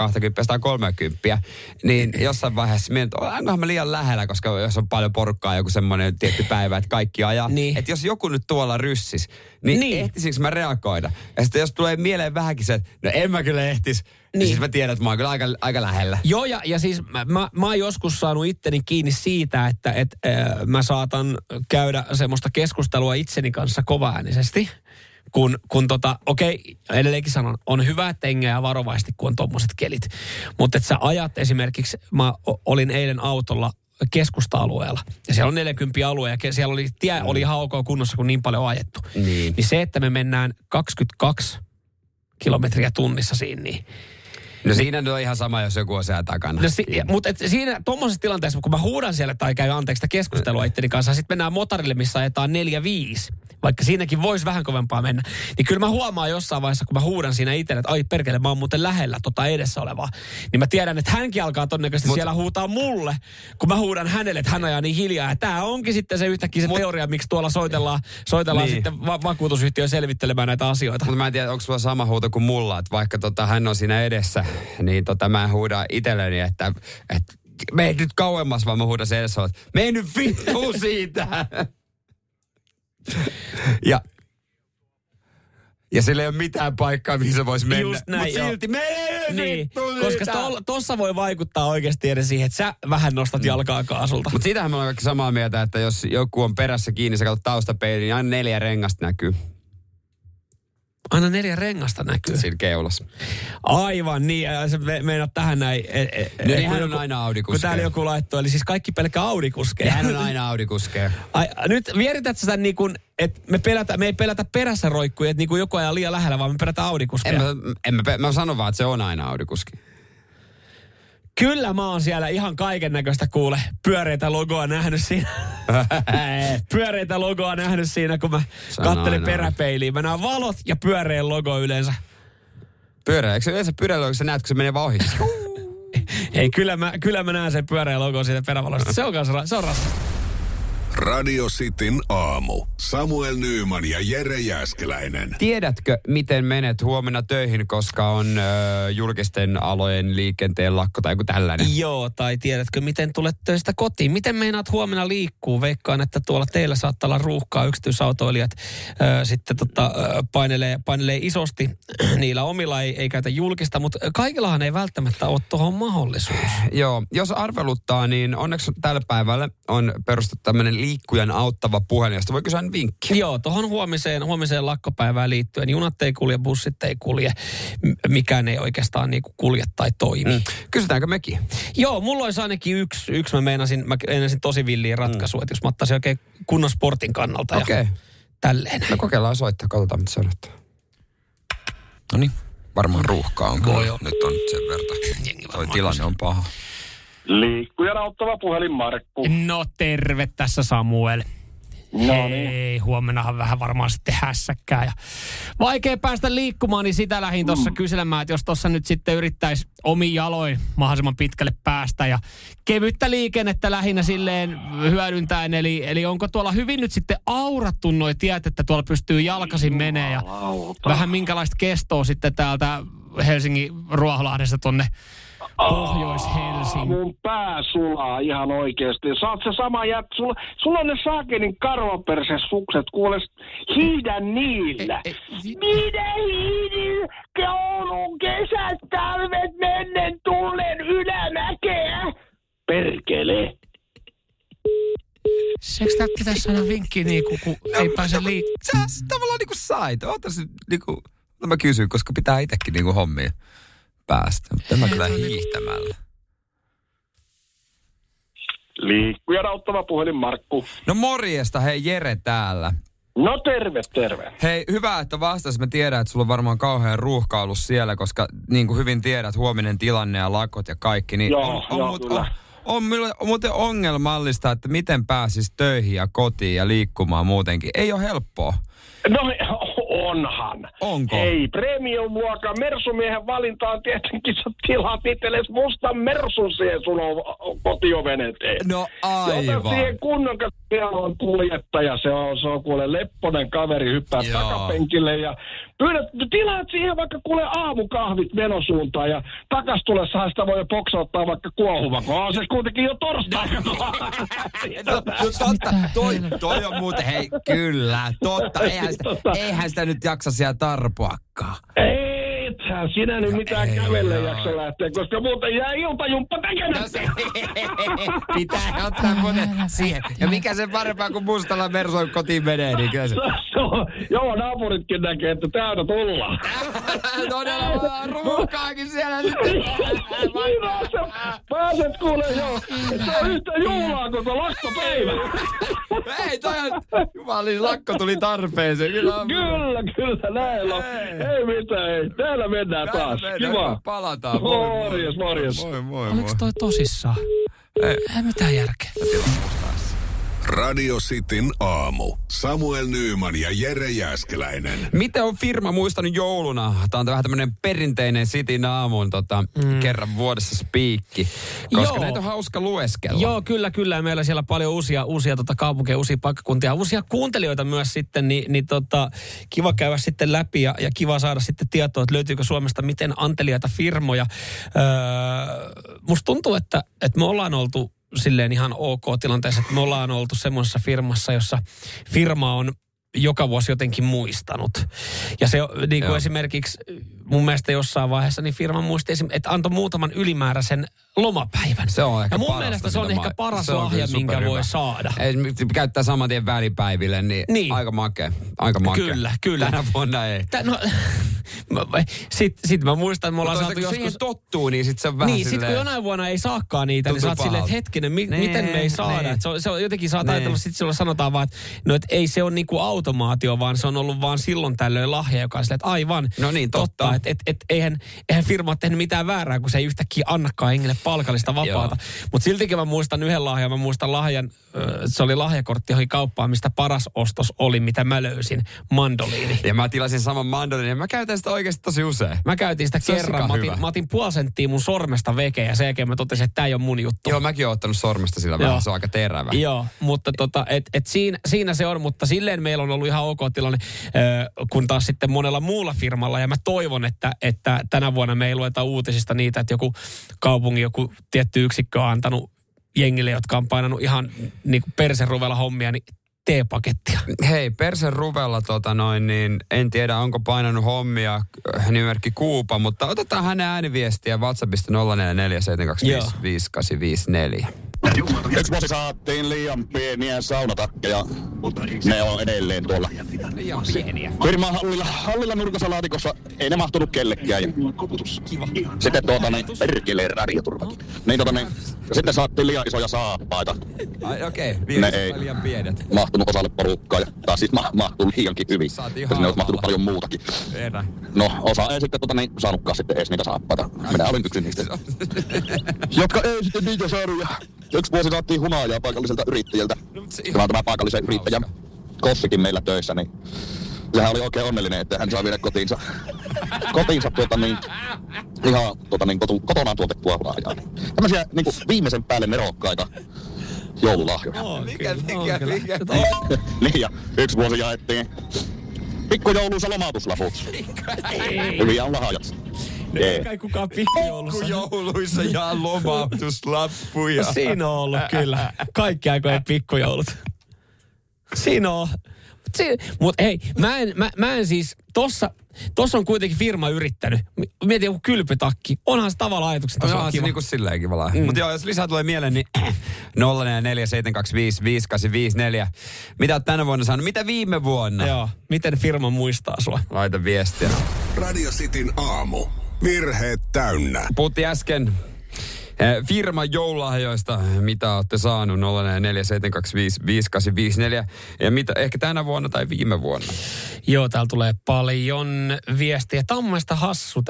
120-130, niin jossain vaiheessa mietin, että onkohan mä liian lähellä, koska jos on paljon porukkaa joku semmoinen tietty päivä, että kaikki ajaa. Niin. Että jos joku nyt tuolla ryssis, niin ehtisinkö mä reagoida? Ja sitten jos tulee mieleen vähänkin se, että no en mä kyllä ehtis. Niin. Siis mä tiedän, että mä oon kyllä aika lähellä. Joo, ja siis mä oon joskus saanut itteni kiinni siitä, että mä saatan käydä semmoista keskustelua itseni kanssa kovaäänisesti. Kun edelleenkin sanon, on hyvä, että engää varovaisesti, kun on tommoset kelit. Mutta että sä ajat esimerkiksi, mä olin eilen autolla keskusta-alueella. Ja siellä on 40 alue ja siellä oli, tie oli ihan ok kunnossa, kun niin paljon on ajettu. Niin se, että me mennään 22 kilometriä tunnissa siinä, niin no siinä on ihan sama, jos joku on siellä takana. No mutta siinä tuommoisessa tilanteessa, kun mä huudan siellä tai käyn sitä keskustelua itteni kanssa, ja sitten mennään motorille, missä ajetaan 4-5, vaikka siinäkin voisi vähän kovempaa mennä, niin kyllä mä huomaan jossain vaiheessa, kun mä huudan siinä itselle, että ai perkele, mä oon muuten lähellä edessä olevaa. Niin mä tiedän, että hänkin alkaa todennäköisesti siellä huutaa mulle, kun mä huudan hänelle, että hän ajaa niin hiljaa. Ja tää onkin sitten se yhtäkkiä se teoria, miksi tuolla soitellaan niin sitten vakuutusyhtiöön selvittelemään näitä asioita. Mutta mä en tiedä, onko sulla sama huuto kuin mulla, että vaikka hän on siinä edessä, niin mä huudan itselleni, että mene nyt kauemmas, vaan mä huudan sen edessä, että mene nyt vittuun siitä. Ja sillä ei ole mitään paikkaa, mihin se voisi mennä. Just näin, mutta silti menee niin, koska tossa voi vaikuttaa oikeasti edes siihen, että sä vähän nostat jalkaa kaasulta. Mutta siitähän me ollaan kaikki samaa mieltä, että jos joku on perässä kiinni, sä katsot taustapeiliin, niin aina 4 rengasta näkyy. Aina 4 rengasta näkyy. Siinä keulassa. Aivan niin, sä meinaat tähän näin. Niin hän on aina Audi-kuskeja. Kun täällä joku laittoi, eli siis kaikki pelkkä Audi-kuskeja. Hän on aina Audi-kuskeja. Nyt vierität sä niin kuin, että me ei pelätä perässä roikkuja, että niin kuin joku ajan liian lähellä, vaan me pelätään Audi-kuskeja. Mä sanon vaan, että se on aina Audi-kuski. Kyllä mä oon siellä ihan kaiken näköistä pyöreitä logoa nähnyt siinä. Pyöreitä logoa nähnyt siinä, kun mä kattelin peräpeiliin. Mä näen valot ja pyöreän logo yleensä. Pyöreä? Eikö se yleensä pyöreä logo, sä näet, kun se menee vaan ohi? Ei, kyllä mä näen sen pyöreän logo siitä perävalosta. Se on raskas. Radio Cityn aamu. Samuel Nyyman ja Jere Jääskeläinen. Tiedätkö, miten menet huomenna töihin, koska on julkisten alojen liikenteen lakko tai joku tällainen? Joo, tai tiedätkö, miten tulet töistä kotiin? Miten meinaat huomenna liikkuu? Veikkaan, että tuolla teillä saattaa olla ruuhkaa. Yksityisautoilijat sitten painelee isosti. Niillä omilla ei käytä julkista, mutta kaikillahan ei välttämättä ole tuohon mahdollisuus. Joo, jos arveluttaa, niin onneksi tällä päivällä on perustettu tämmöinen liikkujan auttava puhelin, josta voi kysyä vinkkiä. Joo, tuohon huomiseen lakkopäivään liittyen junat ei kulje, bussit ei kulje, mikään ei oikeastaan niinku kulje tai toimi. Kysytäänkö mekin? Joo, mulla olisi ainakin yksi. Mä meinasin tosi villiin ratkaisua, että jos mä ottaisin oikein kunnon sportin kannalta ja tälleen. No kokeillaan soittaa, katsotaan mitä se odottaa. Noniin, varmaan ruuhkaa on kyllä. Nyt on sen verta. Toi tilanne on paha. Liikkujan auttava puhelin Markku. No terve tässä Samuel. No Hei, huomennahan vähän varmaan sitten hässäkkää. Ja vaikea päästä liikkumaan, niin sitä lähdin tuossa kyselemään, että jos tuossa nyt sitten yrittäisi omin jaloin mahdollisimman pitkälle päästä ja kevyttä liikennettä lähinnä silleen hyödyntäen. Eli onko tuolla hyvin nyt sitten aurattu noi tiet, että tuolla pystyy jalkaisin menee ja vähän minkälaista kestoa sitten täältä Helsingin Ruoholahdesta tonne Pohjois-Helsingin. Mun pää sulaa ihan oikeesti. Saat se sama sulla on ne saakenin karvaperses sukset, kuules, hiidä niillä. Minä hiidin koulun kesät, talvet mennen tullen ylämäkeä. Perkele. Seekö täältä pitäisi saada vinkki niinku, kun ei pääse liikkeelle? Sä tavallaan niinku sait. Ootas niinku, mä kysyn, koska pitää itsekin niinku hommia päästä. Tämä kyllä hiihtämällä. Liikkujan auttava puhelin Markku. No morjesta, hei Jere täällä. No terve. Hei, hyvä, että vastasit. Mä tiedän, että sulla on varmaan kauhean ruuhka ollut siellä, koska niin kuin hyvin tiedät, huominen tilanne ja lakot ja kaikki. Niin on muuten ongelmallista, että miten pääsis töihin ja kotiin ja liikkumaan muutenkin. Ei ole helppoa. No onhan. Onko? Ei, premium-luokan Mersumiehen valintaan tietenkin sä tilaat itsellesi mustan Mersun siihen sun kotioven eteen. No aivan. Ota siihen kunnon, siellä on kuljettaja, se on kuule lepponen kaveri, hyppää takapenkille ja tilaat siihen vaikka kuule aamukahvit menosuuntaan ja takas tulessahan sitä voi jo poksauttaa vaikka kuohuva, kun on se kuitenkin jo torstaina. Totta, toi on muuten, hei kyllä, totta, eihän sitä nyt jaksa siellä tarpoakaan. Ethän sinä nyt mitään kävelle jaksa lähteä, koska muuten jää iltajumppa tekemättä. Pitää ottaa muuten siihen. Ja mikä se parempaa kuin mustalla Mersun kotiin menee, niin kyllä se. Joo, naapuritkin näkee, että täältä tullaan. Todella ruuhkaakin siellä sitten. Pääset kuule joo. Se on yhtä juhlaa koko lakkopäivä. Ei, toi on jumalin lakko tuli tarpeeseen. Kyllä, näin on. Ei mitään, ei. Täällä mennään taas. Kiva. Palataan. Morjes. Moi. Oliko toi tosissaan? Ei mitään järkeä. Radio Cityn aamu. Samuel Nyyman ja Jere Jääskeläinen. Miten on firma muistanut jouluna? Tämä on vähän tämmöinen perinteinen Cityn aamun kerran vuodessa spiikki. Koska näitä on hauska lueskella. Joo, kyllä. Ja meillä siellä paljon uusia kaupunkeja, uusia paikkakuntia, uusia kuuntelijoita myös sitten. Niin kiva käydä sitten läpi ja kiva saada sitten tietoa, että löytyykö Suomesta miten anteliaita firmoja. Musta tuntuu, että me ollaan oltu silleen ihan ok tilanteessa, että me ollaan oltu semmoisessa firmassa, jossa firma on joka vuosi jotenkin muistanut. Ja se niin kuin esimerkiksi mun mielestä jossain vaiheessa niin firma muisti, että antoi muutaman ylimääräisen lomapäivän. Se on ehkä ja mun mielestä se on ehkä paras lahja, minkä voi saada. Käyttää saman tien välipäiville, niin aika makea. Kyllä. Tänä vuonna ei. Sitten mä muistan, että me ollaan saatu joskus... siihen tottuu, niin sitten se on vähän niin, sitten kun jonain vuonna ei saakaan niitä, niin sä oot silleen, että hetkinen, miten me ei saada? Se on jotenkin saat ajatella, sitten silloin sanotaan vaan, että ei se ole niinku automaatio, vaan se on ollut vaan silloin tällöin lahja, joka on silleen, että aivan totta. Että eihän firma ole tehnyt mitään väärää, kun se ei yhtäkkiä annakaan hengelle palkallista vapaata. Mutta siltikin mä muistan yhden lahjan, mä muistan lahjan, se oli lahjakortti johonkin kauppaan, mistä paras ostos oli, mitä mä löysin, mandoliini. Ja mä tilasin saman mandoliini ja mä käytän sitä oikeasti tosi usein. Mä käytin sitä kerran, mä otin puoli senttiä mun sormesta vekeä ja sen jälkeen mä totesin, että tää ei ole mun juttu. Joo, mäkin oon ottanut sormesta sillä vähän, se on aika terävä. Joo, mutta siinä se on, mutta silleen meillä on ollut ihan ok tilanne, kun taas sitten monella muulla firmalla ja mä toivon, että tänä vuonna me ei lueta uutisista niitä, että joku kaupungin joku tietty yksikkö on antanut jengille, jotka on painanut ihan niin kuin perseruvella hommia, niin teepakettia. Hei, perseruvella niin en tiedä onko painanut hommia nimimerkki Kuupa, mutta otetaan hänen ääniviestiä WhatsAppista 0447255854. Yksi vuosi saatiin liian pieniä saunatakkeja. Ne on edelleen tuolla. Liian pieniä. Firman hallilla nurkassa laatikossa ei ne mahtunut kellekään. Kiva. Sitten perkele radioturvakin. Sitten saatiin liian isoja saappaita. Okei. Ne ei liian pienet. Mahtunut osalle porukkaa. Tai siis mahtuu liiankin hyvin. Ja sinne olisi mahtunut paljon muutakin. No, osa ei sitten saanutkaan sitten edes niitä saappaita. Minä olin yksi niistä. Jotka ei sitten niitä saanut. Yksi vuosi saatiin hunajaa paikalliselta yrittäjältä. Tämä paikallisen yrittäjän Kossikin meillä töissä, niin sehän oli oikein onnellinen, että hän saa viedä kotiinsa ihan kotonaan tuotettua hunajaa. Tämmöisiä viimeisen päälle nerokkaita joululahjoja. Mikä? Niin, ja yksi vuosi jaettiin pikkujouluissa lomautuslaput. Hyviä on lahjat. Ei kukaan pikkujouluissa jaa lomautuslappuja. No, siinä on ollut kyllä. Kaikki aikojen pikkujoulut. Siinä on. Mutta hei, mä en siis, tossa on kuitenkin firma yrittänyt. Mietin joku kylpytakki. Onhan se tavallaan ajatuksen tasolla kiva. Onhan se niinku silleen kiva lahja. Mutta joo, jos lisää tulee mieleen, niin 0447255854. Mitä oot tänä vuonna saanut? Mitä viime vuonna? Joo, miten firma muistaa sua? Laita viestiä. Radio Cityn aamu. Virheet täynnä. Puhuttiin äsken firman joululahjoista, mitä olette saanut 0447255854 ja mitä ehkä tänä vuonna tai viime vuonna. Joo, täällä tulee paljon viestiä. Tämä on mun mielestä hassu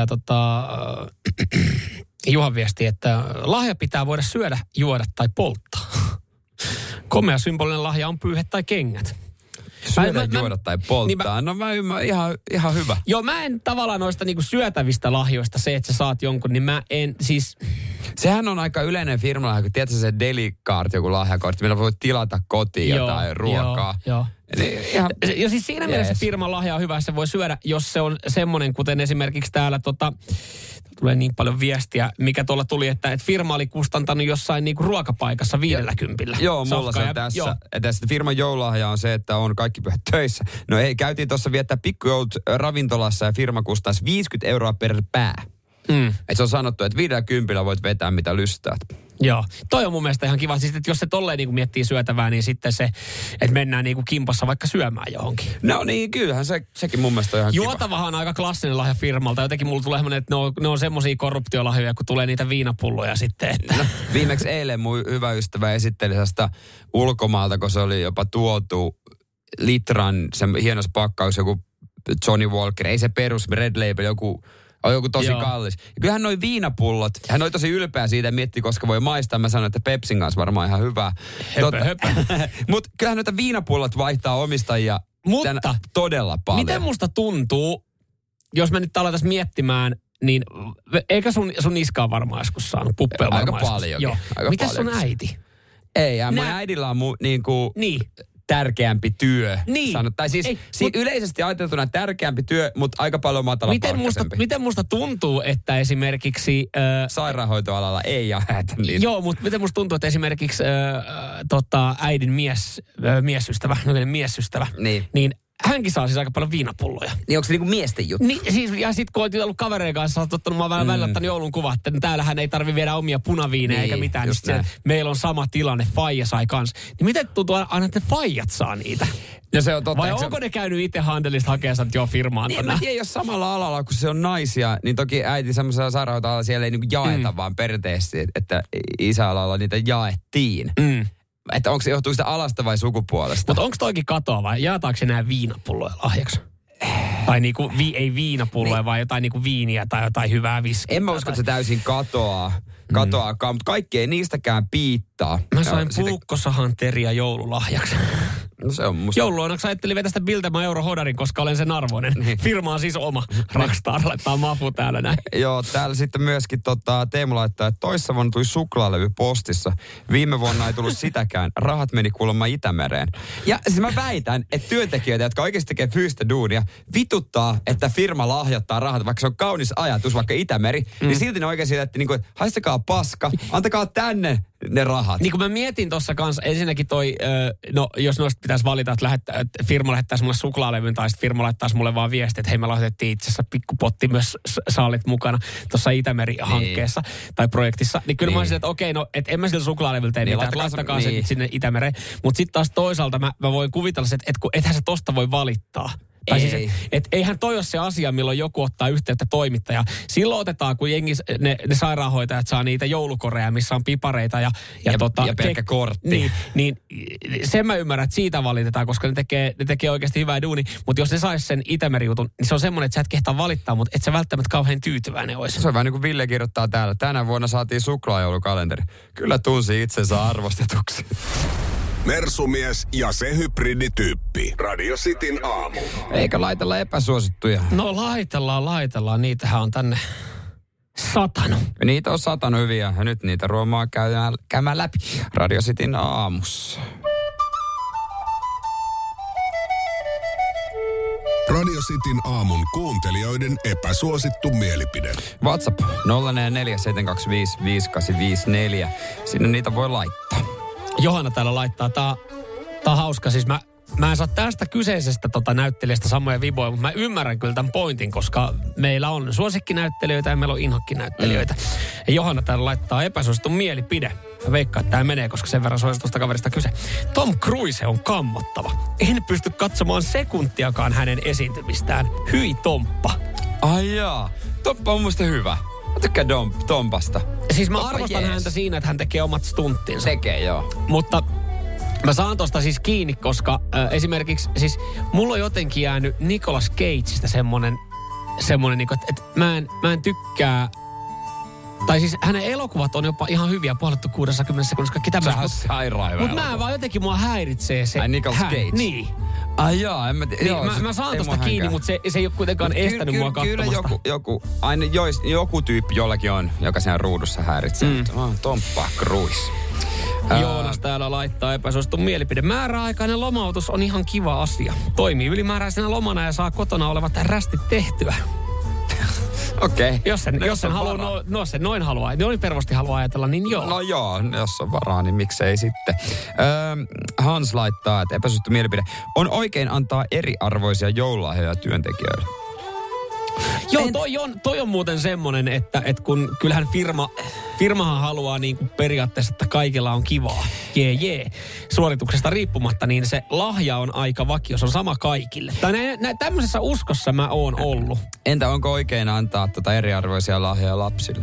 Juhan viesti, että lahja pitää voida syödä, juoda tai polttaa. Komea symbolinen lahja on pyyhe tai kengät. Syödä, juoda tai polttaa. No mä ymmärrän, ihan hyvä. Joo, mä en tavallaan noista niinku syötävistä lahjoista se, että sä saat jonkun, niin mä en siis... Sehän on aika yleinen firmalahja, kun tiedätkö se Delicaart, joku lahjakortti, millä voi tilata kotiin jotain ruokaa. Joo. Ja siis siinä mielessä firman lahja on hyvä, se voi syödä, jos se on semmoinen, kuten esimerkiksi täällä tulee niin paljon viestiä, mikä tuolla tuli, että firma oli kustantanut jossain niinku ruokapaikassa 50. Joo, mulla se on tässä. Tässä firman joululahja on se, että on kaikki pyhät töissä. No ei, käytiin tuossa viettää pikkujoulut ravintolassa ja firma kustaisi 50 € per pää. Et se on sanottu, että 50 voit vetää mitä lystäät. Joo, toi on mun mielestä ihan kiva. Siis, että jos se tolleen niin miettii syötävää, niin sitten se, että mennään niin kuin kimpassa vaikka syömään johonkin. No niin, kyllähän sekin mun mielestä on ihan Juotavahan on aika klassinen lahja firmalta. Jotenkin mulla tulee semmoinen, että ne on semmosia korruptiolahjoja, kun tulee niitä viinapulloja sitten. Että. No, viimeksi eilen mun hyvä ystävä esitteli sellaista ulkomaalta, kun se oli jopa tuotu litran, se hienos pakkaus, joku Johnny Walker, ei se perus Red Label, joku tosi kallis. Ja kyllähän noi viinapullot, hän oli tosi ylpeä siitä ja mietti, koska voi maistaa. Mä sanoin, että Pepsin kanssa varmaan ihan hyvää. Höpö. Mutta kyllähän noita viinapullot vaihtaa omistajia todella paljon. Miten musta tuntuu, jos me nyt aletaan miettimään, niin eikä sun iskaa varmaan joskus saanut puppeja varmaan. Aika paljon. Mitäs sun äiti? Ei, mun äidillä on niinku... Niin. tärkeämpi työ. Niin. Tai siis yleisesti ajateltuna tärkeämpi työ, mutta aika paljon matalapalkkaisempi. Miten musta tuntuu, että esimerkiksi... sairaanhoitoalalla ei ajata niin. Joo, mutta miten musta tuntuu, että esimerkiksi äidin miesystävä, niin hänkin saa siis aika paljon viinapulloja. Niin onko se niinku miesten juttu? Niin, siis, ja sit kun olet ollut kavereiden kanssa, olet ottanut, mä oon välillä ottanut joulun kuva, että täällähän ei tarvi viedä omia punaviineja eikä mitään. Niin meillä on sama tilanne, faija sai kans. Niin miten tuntuu aina, että faijat saa niitä? Ja se on totta, vai onko ne käynyt itse handelista hakemaan, että firmaan? Niin, mä tiedän, jos samalla alalla, kun se on naisia, niin toki äiti semmoisella sairaanhoitoalalla siellä ei niinku jaeta vaan perinteisesti, että isäalalla niitä jaettiin. Että onko se johtuu sitä alasta vai sukupuolesta? Mutta onko toikin katoa vai jaetaanko se nämä viinapulloja lahjaksi? Tai niinku, ei viinapulloja, vaan jotain niinku viiniä tai jotain hyvää viskiä. En mä usko, että se täysin katoaakaan, mutta kaikki ei niistäkään piittaa. Mä sain puukkosahan teriä joululahjaksi. No se on musta. Joululoinaksi ajattelin vetää sitä Biltema Eurohodarin, koska olen sen arvoinen. Firma on siis oma. Rockstar laittaa mafu täällä näin. Joo, täällä sitten myöskin Teemu laittaa, että toissa vuonna tuli suklaalevy postissa. Viime vuonna ei tullut sitäkään. Rahat meni kuulemma Itämereen. Ja siis mä väitän, että työntekijöitä, jotka oikeasti tekee fyysistä duunia, vituttaa, että firma lahjoittaa rahat, vaikka se on kaunis ajatus, vaikka Itämeri, niin silti ne oikein sillä, että niinku, haistakaa paska, antakaa tänne ne rahat. Niin kuin mä mietin tuossa kanssa, ensinnäkin jos noista pitäisi valita, että firma lähettäisi mulle suklaalevyn tai sitten firma laittaisi mulle vaan viesti, että hei, me lahjoitettiin itse asiassa pikkupotti, myös saalit mukana tuossa Itämeri-hankkeessa tai projektissa. Niin kyllä mä olisin, että okei, että en mä sillä suklaalevyltä tee mitään, että laittakaa se sinne Itämereen. Mutta sitten taas toisaalta mä voin kuvitella, että ethän se tosta voi valittaa. Tai siis, eihän toi ole se asia, milloin joku ottaa yhteyttä toimittajaa. Silloin otetaan, kun jengi, ne sairaanhoitajat saa niitä joulukoreja, missä on pipareita ja pelkkä kortti. Niin sen mä ymmärrän, että siitä valitetaan, koska ne tekee oikeasti hyvää duuni. Mutta jos ne sais sen Itämeri-jutun, niin se on semmoinen, että sä et kehtaa valittaa, mutta et sä välttämättä kauhean tyytyväinen olisi. Se on vähän niin kuin Ville kirjoittaa täällä. Tänä vuonna saatiin suklaajoulukalenteri. Kyllä tunsi itsensä arvostetuksi. Mersumies ja se hybridityyppi. Radio Cityn aamu. Eikä laitella epäsuosittuja. No laitellaan. Niitähän on tänne satanut. Niitä on satanut hyviä ja nyt niitä ruomaa käymään läpi. Radio Cityn aamussa. Radio Cityn aamun kuuntelijoiden epäsuosittu mielipide. WhatsApp 0447255854. Sinne niitä voi laittaa. Johanna täällä laittaa. Tää on hauska. Siis mä en saa tästä kyseisestä näyttelijästä samoja viboja, mutta mä ymmärrän kyllä tämän pointin, koska meillä on suosikkinäyttelijöitä ja meillä on inhokkinäyttelijöitä. Ja Johanna täällä laittaa epäsuosittu mielipide. Mä veikkaan, että tämä menee, koska sen verran suositusta kaverista kyse. Tom Cruise on kammottava. En pysty katsomaan sekuntiakaan hänen esiintymistään. Hyi Tomppa. Ai jaa. Tomppa on musta hyvä. Mä tykkään Tompasta. Siis mä arvostan häntä siinä, että hän tekee omat stunttinsa. Tekee, joo. Mutta mä saan tosta siis kiinni, koska esimerkiksi siis mulla on jotenkin jäänyt Nicolas Cageista semmonen niinku, että mä en tykkää. Tai siis hänen elokuvat on jopa ihan hyviä, puolettu 60 sekunnissa, kaikki tämmöistä. Se on sairaan hyvä. Mutta mä vaan jotenkin mua häiritsee se. Ai Nicolas Cage? Niin. Ai jaa, en mä tiedä. Niin, mä saan tosta kiinni, mutta se ei ole kuitenkaan estänyt mua katsomasta. Kyllä joku tyyppi jollakin on, joka siinä ruudussa häiritsee. Tomppa Cruise. Joonas täällä laittaa epäsuosittu mielipide. Määräaikainen lomautus on ihan kiva asia. Toimii ylimääräisenä lomana ja saa kotona olevat rästit tehtyä. Okei. Jos sen haluaa, noin haluaa. Noin pervosti haluaa ajatella, niin joo. No joo, jos on varaa, niin miksei sitten. Hans laittaa, että epäsuosittu mielipide. On oikein antaa eriarvoisia joululahjoja työntekijöille. Joo, toi on muuten semmoinen, että kun kyllähän firmahan haluaa niin kuin periaatteessa, että kaikilla on kivaa. Suorituksesta riippumatta, niin se lahja on aika vakio, se on sama kaikille. Tai tämmöisessä uskossa mä oon ollut. Entä onko oikein antaa eriarvoisia lahjoja lapsille?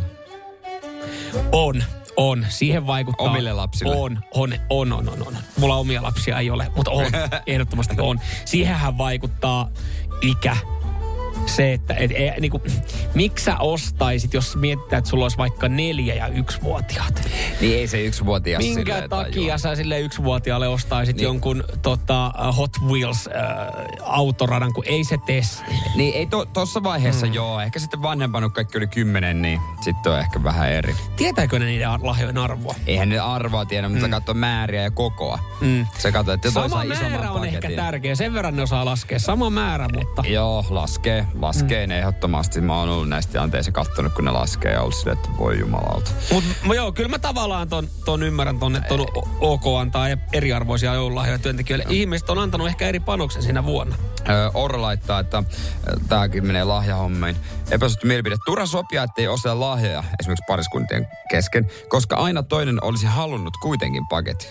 On. Siihen vaikuttaa. Omille lapsille? On. Mulla omia lapsia ei ole, mutta on. Ehdottomasti on. Siihenhän vaikuttaa ikä. se, että niinku, miksi sä ostaisit, jos mietitään, että sulla olisi vaikka 4- ja 1-vuotiaat. Niin ei se 1-vuotias minkä takia sä sille 1-vuotiaalle ostaisit jonkun Hot Wheels autoradan, kun ei se tee. Niin ei tossa vaiheessa joo. Ehkä sitten vanhempana, kun kaikki oli 10, niin sitten on ehkä vähän eri. Tietääkö ne niiden lahjojen arvoa? Eihän ne arvoa tiedä, mutta katsoo määriä ja kokoa. Se katsoo, että sama määrä on paketin. Ehkä tärkeä. Sen verran ne osaa laskea. Sama määrä, mutta... Joo, laskee ne ehdottomasti. Mä oon ollut näistä tilanteissa kattonut, kun ne laskee ja ollut silleen, että voi jumalauta. Mutta joo, kyllä mä tavallaan ton ymmärrän että on ok antaa eriarvoisia joululahjoja työntekijöille. Ihmiset on antanut ehkä eri panoksen siinä vuonna. Orro laittaa, että tääkin menee lahjahommiin. Epäsuhtu mielipide. Turha sopia, ettei osteta lahjoja esimerkiksi pariskuntien kesken, koska aina toinen olisi halunnut kuitenkin paketin.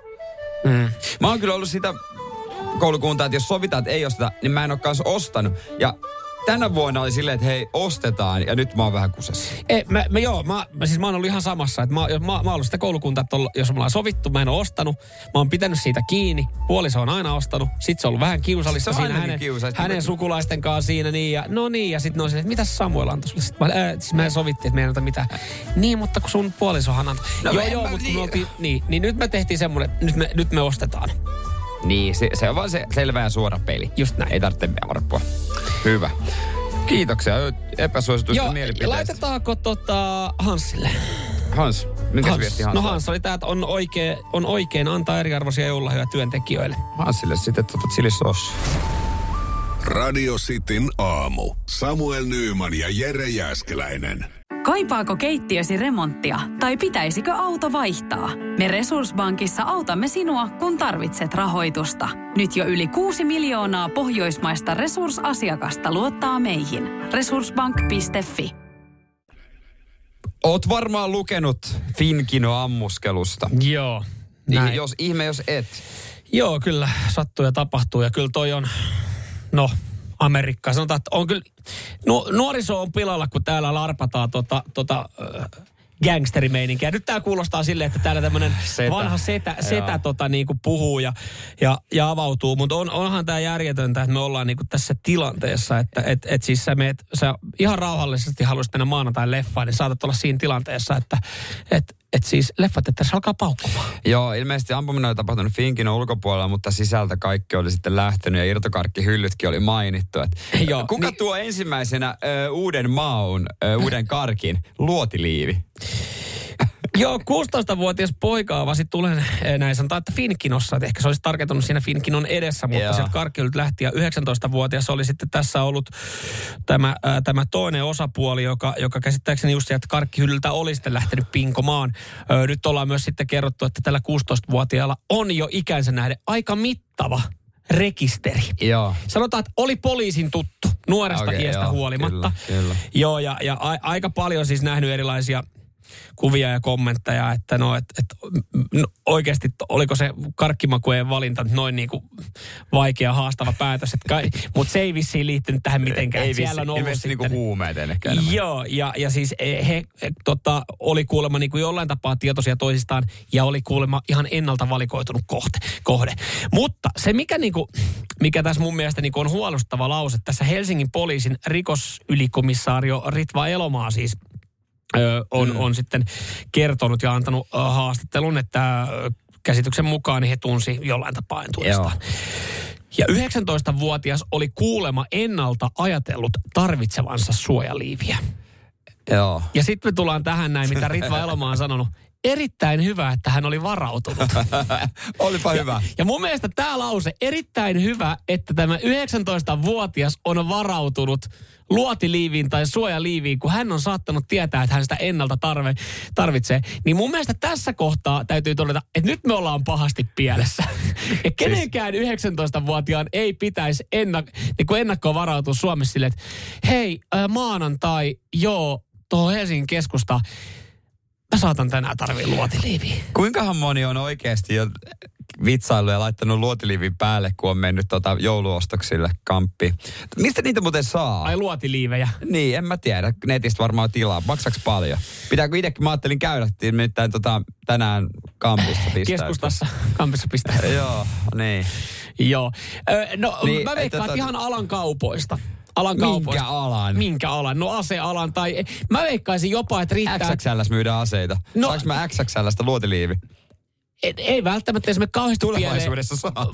Mä oon kyllä ollut sitä koulukuntaa, että jos sovitaan, että ei osteta, niin mä en ole kanssa ostanut. Ja tänä vuonna oli silleen, että hei, ostetaan, ja nyt mä oon vähän kusessa. Mä oon ollut ihan samassa. Että mä oon ollut sitä koulukuntaa, että jos me ollaan sovittu, mä en ole ostanut. Mä oon pitänyt siitä kiinni. Puoliso on aina ostanut. Sitten se on ollut vähän kiusallista siinä hänen sukulaisten kanssa siinä. Ja sitten ne on silleen, että mitäs Samuel antoi sulle? Sitten mä sovittiin, että me ei anneta mitään. Niin, mutta kun sun puolisohan antoi. Mutta kun me oltiin, niin nyt me tehtiin semmoinen, että nyt me ostetaan. Niin, se on vaan se selvä ja suora peli. Just näin. Ei tarvitse arpoa. Hyvä. Kiitoksia epäsuosituista mielipiteistä. Laitetaanko Hansille? Hans, minkä viesti Hans? No Hans oli tää, että on oikein antaa eriarvoisia joululahjoja työntekijöille. Hansille sitten chilisauce. Radio Cityn aamu. Samuel Nyyman ja Jere Jääskeläinen. Kaipaako keittiösi remonttia tai pitäisikö auto vaihtaa? Me Resurssbankissa autamme sinua, kun tarvitset rahoitusta. Nyt jo yli 6 miljoonaa pohjoismaista resursasiakasta luottaa meihin. Resurssbank.fi. Oot varmaan lukenut Finkino-ammuskelusta. Joo. Niin, jos et. Joo, kyllä sattuu ja tapahtuu ja kyllä toi on, Amerikka. Sanotaan, että on kyllä, nuoriso on pilalla, kun täällä larpataan gangsterimeininkiä. Nyt tää kuulostaa silleen, että täällä tämmönen vanha setä niinku puhuu ja avautuu, mutta onhan tää järjetöntä, että me ollaan niinku tässä tilanteessa, että siis sä ihan rauhallisesti haluaisit mennä maanantain leffaan, niin saatat olla siinä tilanteessa, että siis leffat, että tässä alkaa paukkumaan. Joo, ilmeisesti ampuminen oli tapahtunut Finkinon ulkopuolella, mutta sisältä kaikki oli sitten lähtenyt ja irtokarkkihyllytkin oli mainittu. Kuka tuo ensimmäisenä uuden maun, uuden karkin? Luotiliivi. Joo, 16-vuotias poika avasi tulen, näin sanotaan, että Finkinossa. Että ehkä se olisi tarkentunut siinä Finkinon edessä, mutta sieltä karkkihyllyt lähti. Ja 19-vuotias oli sitten tässä ollut tämä toinen osapuoli, joka käsittääkseni just sieltä karkkihyllyltä oli sitten lähtenyt pinkomaan. Nyt ollaan myös sitten kerrottu, että tällä 16-vuotiaalla on jo ikänsä nähden aika mittava rekisteri. Joo. Sanotaan, että oli poliisin tuttu nuoresta iästä huolimatta. Kyllä. Joo, ja aika paljon siis nähnyt erilaisia kuvia ja kommentteja, että oikeasti oliko se karkkimakujen valinta noin niin kuin vaikea, haastava päätös. Mutta se ei vissiin liittynyt tähän mitenkään. Ei siellä on ollut sitten niinku huumeet ehkä enemmän. Joo, ja siis he oli kuulemma niin kuin jollain tapaa tietoisia toisistaan ja oli kuulemma ihan ennalta valikoitunut kohde. Mutta se, mikä tässä mun mielestä niin kuin on huolestava lause, tässä Helsingin poliisin rikosylikomissaario Ritva Elomaa siis on sitten kertonut ja antanut haastattelun, että käsityksen mukaan niin he tunsi jollain tapaa entuudestaan. Ja 19-vuotias oli kuulemma ennalta ajatellut tarvitsevansa suojaliiviä. Joo. Ja sitten me tullaan tähän näin, mitä Ritva Elomaa on sanonut. Erittäin hyvä, että hän oli varautunut. Olipa hyvä. Ja mun mielestä tämä lause, erittäin hyvä, että tämä 19-vuotias on varautunut luotiliiviin tai suojaliiviin, kun hän on saattanut tietää, että hän sitä ennalta tarvitsee. Niin mun mielestä tässä kohtaa täytyy todeta, että nyt me ollaan pahasti pielessä. Ja kenenkään 19-vuotiaan ei pitäisi ennakkoon varautua Suomessa silleen, että hei, maanantai, tuohon Helsingin keskusta, mä saatan tänään tarvii luotiliiviä. Kuinkahan moni on oikeasti jo vitsailu ja laittanut luotiliivin päälle, kun on mennyt jouluostoksille kamppiin. Mistä niitä muuten saa? Ai luotiliivejä? Niin, en mä tiedä. Netistä varmaan tilaa. Maksaks paljon? Pitääkö itsekin, mä ajattelin käydä nimittäin tänään kampissa pistää. Keskustassa kampissa pistää. Joo, niin. Joo. Mä veikkaan ihan alan kaupoista. Alan kaupoista. Minkä alan? Minkä alan? No asealan tai... Mä veikkaisin jopa, että riittää... XXL:ssä myydään aseita. No, saanko mä XXL:stä luotiliivi? Ei välttämättä esimerkiksi kauheasti tulevaisuudessa saat.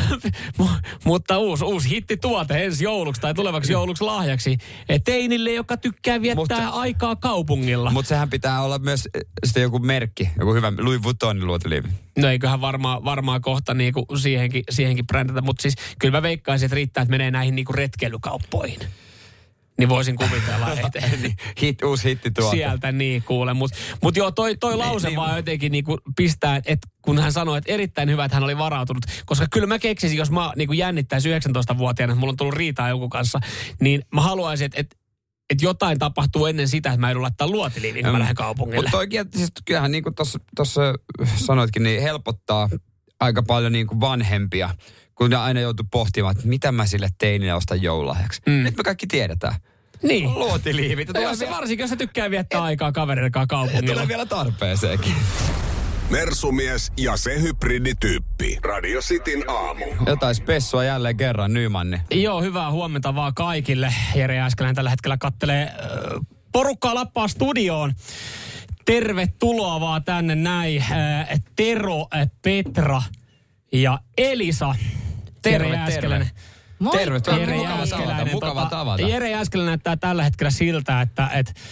Mutta uusi hittituote ensi jouluksi tai tulevaksi jouluksi lahjaksi teinille, joka tykkää viettää aikaa kaupungilla. Mutta sehän pitää olla myös sitten joku merkki, joku hyvä Louis Vuittonin luotiliivi. No eiköhän varmaan kohta niinku siihenkin brändätä, mutta siis kyllä mä veikkaisin, että riittää, että menee näihin niinku retkeilykauppoihin. Niin voisin kuvitella, että... uusi hittituote. Sieltä niin kuule. Mutta joo, toi lause vaan jotenkin niinku pistää, että kun hän sanoi, että erittäin hyvä, että hän oli varautunut. Koska kyllä mä keksisin, jos mä niinku jännittäisin 19-vuotiaana, että mulla on tullut riitaa jonkun kanssa, niin mä haluaisin, että jotain tapahtuu ennen sitä, että mä joudun laittaa luotiliivin, kun mä lähden kaupungille. Mutta toikin, siis kyllähän niin kuin tuossa sanoitkin, niin helpottaa aika paljon niin kuin vanhempia, kun ne aina joutuu pohtimaan, että mitä mä sille teinille ostan joululahjaksi. Nyt me kaikki tiedetään. Niin. Luotiliivit. Varsinkin, jos se tykkää viettää aikaa kavereiden kanssa kaupungilla. Tulee vielä tarpeeseenkin. Mersumies ja se hybridityyppi. Radio Cityn aamu. Jotain spessua jälleen kerran, Nymanni. Joo, hyvää huomenta vaan kaikille. Jere Jääskeläinen tällä hetkellä kattelee porukkaa Lappaa studioon. Tervetuloa vaan tänne näin. Tero, Petra ja Elisa. Terve. Moi. Tervetuloa. Mukava tavata. Jere Jääskeläinen näyttää tällä hetkellä siltä, että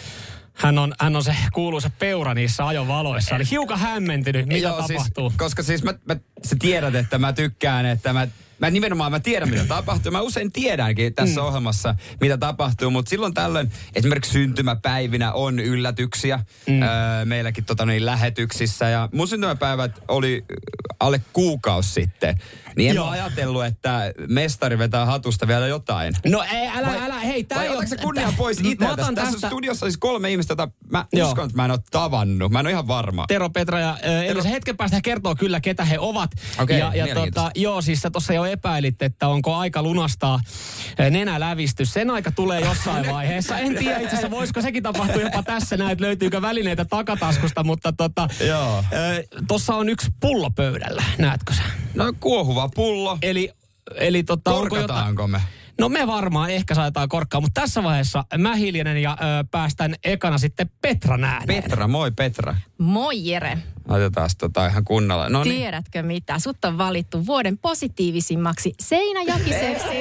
hän on se kuuluisa peura niissä ajovaloissa. Eli hiukan hämmentynyt, mitä tapahtuu. Siis, koska siis sä tiedät, että mä tykkään, että mä tiedän, mitä tapahtuu. Mä usein tiedänkin tässä ohjelmassa, mitä tapahtuu, mutta silloin tällöin esimerkiksi syntymäpäivinä on yllätyksiä meilläkin lähetyksissä. Ja mun syntymäpäivät oli alle kuukausi sitten. Niin en mä ajatellut, että mestari vetää hatusta vielä jotain. No ei, älä, hei, tää ei ole... se kunnia pois itseltäsi? Tässä studiossa siis 3 ihmistä, jota mä uskon, että mä en ole tavannut. Mä en ole ihan varma. Tero, Petra ja Elisa, hetken päästä he kertoo kyllä, ketä he ovat. Okei, siis sä tuossa jo epäilit, että onko aika lunastaa nenälävistys. Sen aika tulee jossain vaiheessa. En tiedä itse asiassa, voisiko sekin tapahtua jopa tässä näin, että löytyykö välineitä takataskusta, mutta tossa on yksi pullo pöydällä. Näetkö sä? No kuohuva pullo. Eli korkataanko me? No me varmaan ehkä saetaan korkkaa, mutta tässä vaiheessa mä hiljenen ja päästän ekana sitten Petran ääneen. Petra, moi Petra. Moi Jere. Laitetaan ihan kunnolla. Noniin. Tiedätkö mitä? Sut on valittu vuoden positiivisimmaksi Seinäjokiseksi.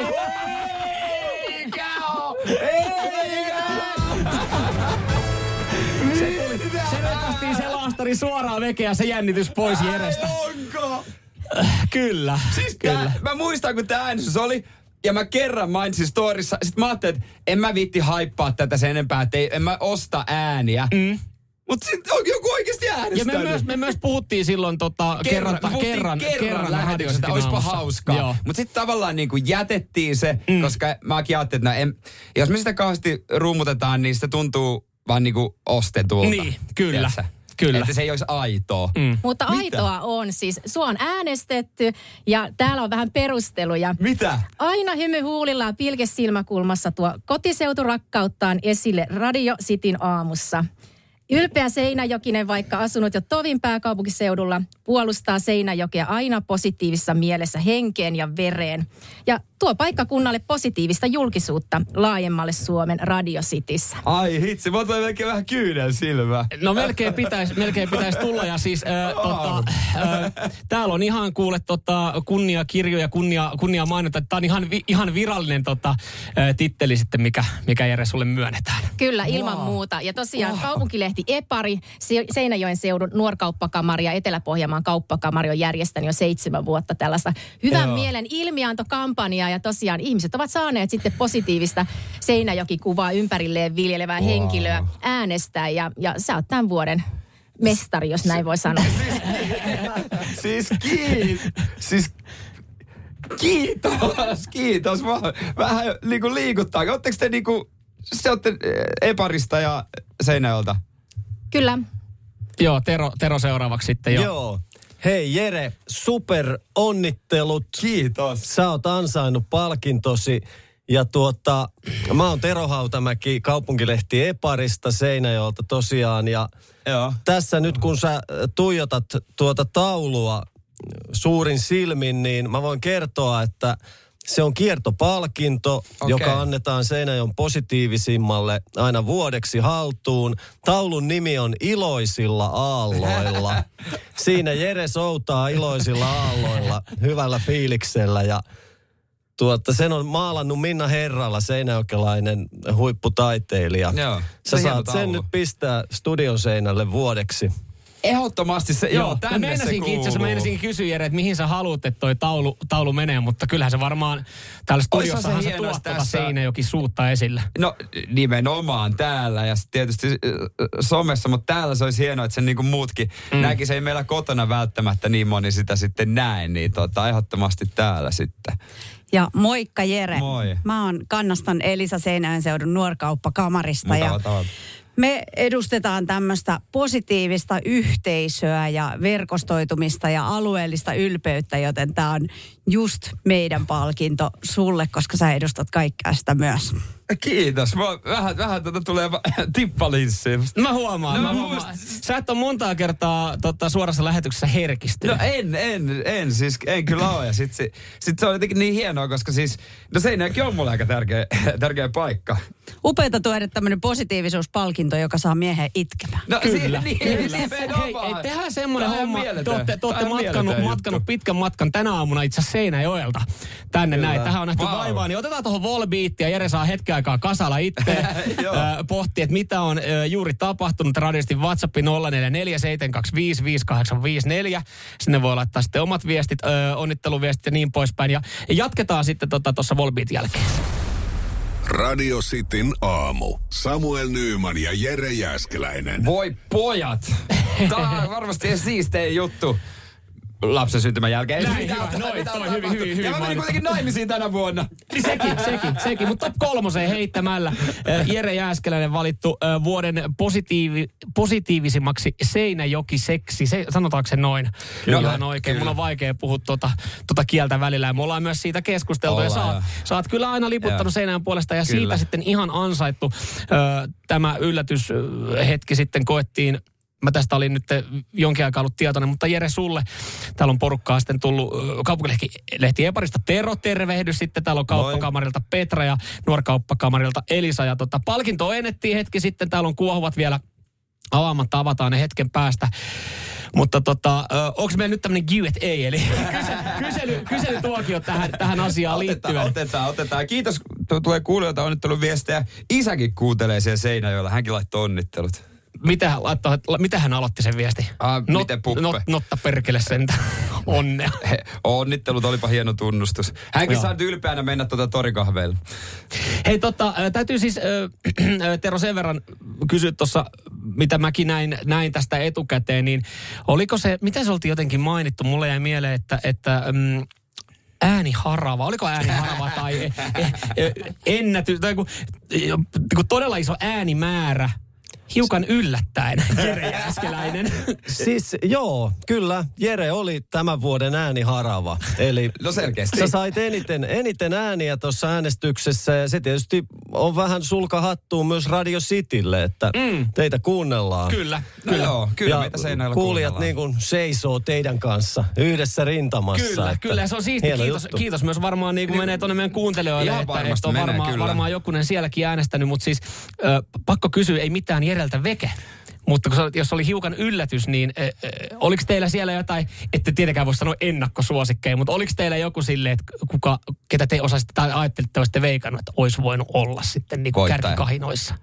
Se rekastiin se laastari suoraan veke ja se jännitys pois Jerestä. Onko? Kyllä. Siis kyllä. Mä muistan, kun tää äänestys oli, ja mä kerran mainitsin storissa, sit mä ajattelin, että en mä viitti haippaa tätä sen enempää, että en mä osta ääniä. Mut sit on joku oikeesti äänestänyt. Ja me myös puhuttiin silloin kerran lähetyksestä, oispa hauskaa. Joo. Mut sit tavallaan niinku jätettiin se, koska mäkin ajattelin, että jos me sitä kauheasti rummutetaan, niin se tuntuu vaan niinku ostetulta. Niin, kyllä. Tiedätkö? Kyllä. Että se ei olisi aitoa. Mutta aitoa on siis. Sua on äänestetty ja täällä on vähän perusteluja. Mitä? Aina hymy huulillaan pilke silmäkulmassa tuo kotiseuturakkauttaan esille Radio Cityn aamussa. Ylpeä Seinäjokinen, vaikka asunut jo tovin pääkaupunkiseudulla, puolustaa Seinäjokea aina positiivisessa mielessä henkeen ja vereen. Ja tuo paikkakunnalle positiivista julkisuutta laajemmalle Suomen Radio Cityssä. Ai hitsi, mä otan melkein vähän kyynel silmää. No melkein pitäisi tulla ja siis täällä on ihan kuule kunniakirjoja, kunnia mainita. Tämä on ihan virallinen titteli sitten, mikä Jere sulle myönnetään. Kyllä, ilman muuta. Ja tosiaan kaupunkilehti Epari, Seinäjoen seudun nuorkauppakamari ja Etelä-Pohjanmaan kauppakamari on järjestänyt jo 7 vuotta tällaista hyvän mielen ilmiantokampanjaa. Ja tosiaan ihmiset ovat saaneet sitten positiivista Seinäjoki-kuvaa ympärilleen viljelevää henkilöä äänestää. Ja sä oot tämän vuoden mestari, jos näin voi sanoa. Kiitos. Vähän niinku liikuttaa. Ootteko te niinku, se ootte Eparista ja Seinäjoelta? Kyllä. Joo, Tero seuraavaksi sitten jo. Joo. Hei Jere, super onnittelut. Kiitos. Sä oot ansainnut palkintosi. Ja mä oon Tero Hautamäki, kaupunkilehti Eparista Seinäjoelta tosiaan. Ja tässä nyt kun sä tuijotat tuota taulua suurin silmin, niin mä voin kertoa, että Se on kiertopalkinto, joka annetaan Seinäjoen positiivisimmalle aina vuodeksi haltuun. Taulun nimi on Iloisilla aalloilla. Siinä Jere soutaa iloisilla aalloilla hyvällä fiiliksellä ja sen on maalannut Minna Herrala, seinäjokelainen huipputaiteilija. Joo, sä saat sen nyt pistää studion seinälle vuodeksi. Ehdottomasti se, tänne se kuuluu. Itse asiassa meinasinkin kysyä, Jere, että mihin sä haluat, että toi taulu menee, mutta kyllähän se varmaan täällä studiossahan se tuo Seinäjoki suutta esille. No nimenomaan täällä ja tietysti somessa, mutta täällä se olisi hienoa, että sen niin kuin muutkin näkisi. Ei meillä kotona välttämättä niin moni sitä sitten näe, niin ehdottomasti täällä sitten. Ja moikka Jere. Moi. Mä oon kannastan Elisa Seinäjoen seudun nuorkauppakamarista. Me edustetaan tämmöistä positiivista yhteisöä ja verkostoitumista ja alueellista ylpeyttä, joten tämä on just meidän palkinto sulle, koska sä edustat kaikkea sitä myös. Kiitos. Vähän tulee tippalinssiä. Mä huomaan. Sä et ole montaa kertaa suorassa lähetyksessä herkistynyt. No en siis en kyllä ole. Ja sit se on jotenkin niin hienoa, koska siis, Seinäjoki on mulle aika tärkeä paikka. Upeata tuoda tämmöinen positiivisuuspalkinto, joka saa miehen itkemään. No kyllä. Niin, Hei, tehdään semmoinen homma. Te olette matkanut pitkän matkan tänä aamuna itse asiassa Seinäjoelta tänne näin. Tähän on nähty vaivaa, niin otetaan tuohon Volbeatia. Jere saa hetken aikaa kasalla itse. Pohtii, että mitä on juuri tapahtunut. Radioistin WhatsApp 0447255854. Sinne voi laittaa sitten omat viestit, onnitteluviestit ja niin poispäin. Ja jatketaan sitten tuossa Volbeatin jälkeen. Radio Cityn aamu. Samuel Nyyman ja Jere Jääskeläinen. Voi pojat! Tämä on varmasti siistein juttu. Lapsen syntymän jälkeen. Näin, hyvin. Ja mä menin kuitenkin naimisiin tänä vuonna. Sekin. Mutta top 3 heittämällä Jere Jääskeläinen valittu vuoden positiivisimmaksi Seinäjoki-seksi. Sanotaanko se noin? Kyllä on oikein. Mun on vaikea puhua tota kieltä välillä. Ja me ollaan myös siitä keskusteltu. Ja sä oot kyllä aina liputtanut Seinäjoen puolesta. Ja siitä sitten ihan ansaittu tämä yllätyshetki sitten koettiin. Mä tästä olin nyt jonkin aikaa ollut tietoinen, mutta Jere sulle, täällä on porukkaa sitten tullut kaupunkilehti Eparista Tero, tervehdys. Sitten täällä on kauppakamarilta Petra ja nuorkauppakamarilta Elisa. Ja palkinto ennettiin hetki sitten, täällä on kuohuvat vielä avaamatta, avataan ne hetken päästä. Mutta onko meillä nyt tämmöinen Q&A, eli kyselytuokio tähän asiaan liittyen? Otetaan. Kiitos, tulee kuulijoilta onnitteluviestejä. Isäkin kuuntelee siellä Seinäjoella, hänkin laittoi onnittelut. Mitä hän aloitti sen viesti? Miten puppe? Notta perkele sentä. Onnea. Onnittelut, olipa hieno tunnustus. Hänkin saa ylpeänä mennä torikahveille. Hei täytyy siis Tero sen verran kysyä tuossa, mitä mäkin näin tästä etukäteen, niin oliko se, mitä se oltiin jotenkin mainittu? Mulle jäi mieleen, että ääniharava. Oliko ääniharava tai ennätys, tai kun todella iso äänimäärä. Hiukan yllättäen, Jere Jääskeläinen. Siis joo, kyllä. Jere oli tämän vuoden ääniharava. Eli no selkeästi. Sä sait eniten ääniä tuossa äänestyksessä ja se tietysti on vähän sulkahattuun myös Radio Citylle, että teitä kuunnellaan. Kyllä. Kyllä meitä Seinäjoella kuulijat niin kuin seisoo teidän kanssa yhdessä rintamassa. Kyllä, se on siisti. Kiitos myös varmaan niin kuin menee tuonne meidän kuuntelijoille, että on varmaan jokunen sielläkin äänestänyt, mutta siis pakko kysyä, ei mitään Jereltä veke. Mutta jos oli hiukan yllätys, niin oliko teillä siellä jotain, ette tietenkään voi sanoa ennakkosuosikkeja, mutta oliko teillä joku silleen, että ketä te osasitte tai ajattelitte, olisitte veikannut, että olisi voinut olla sitten niin kuin kärkikahinoissa?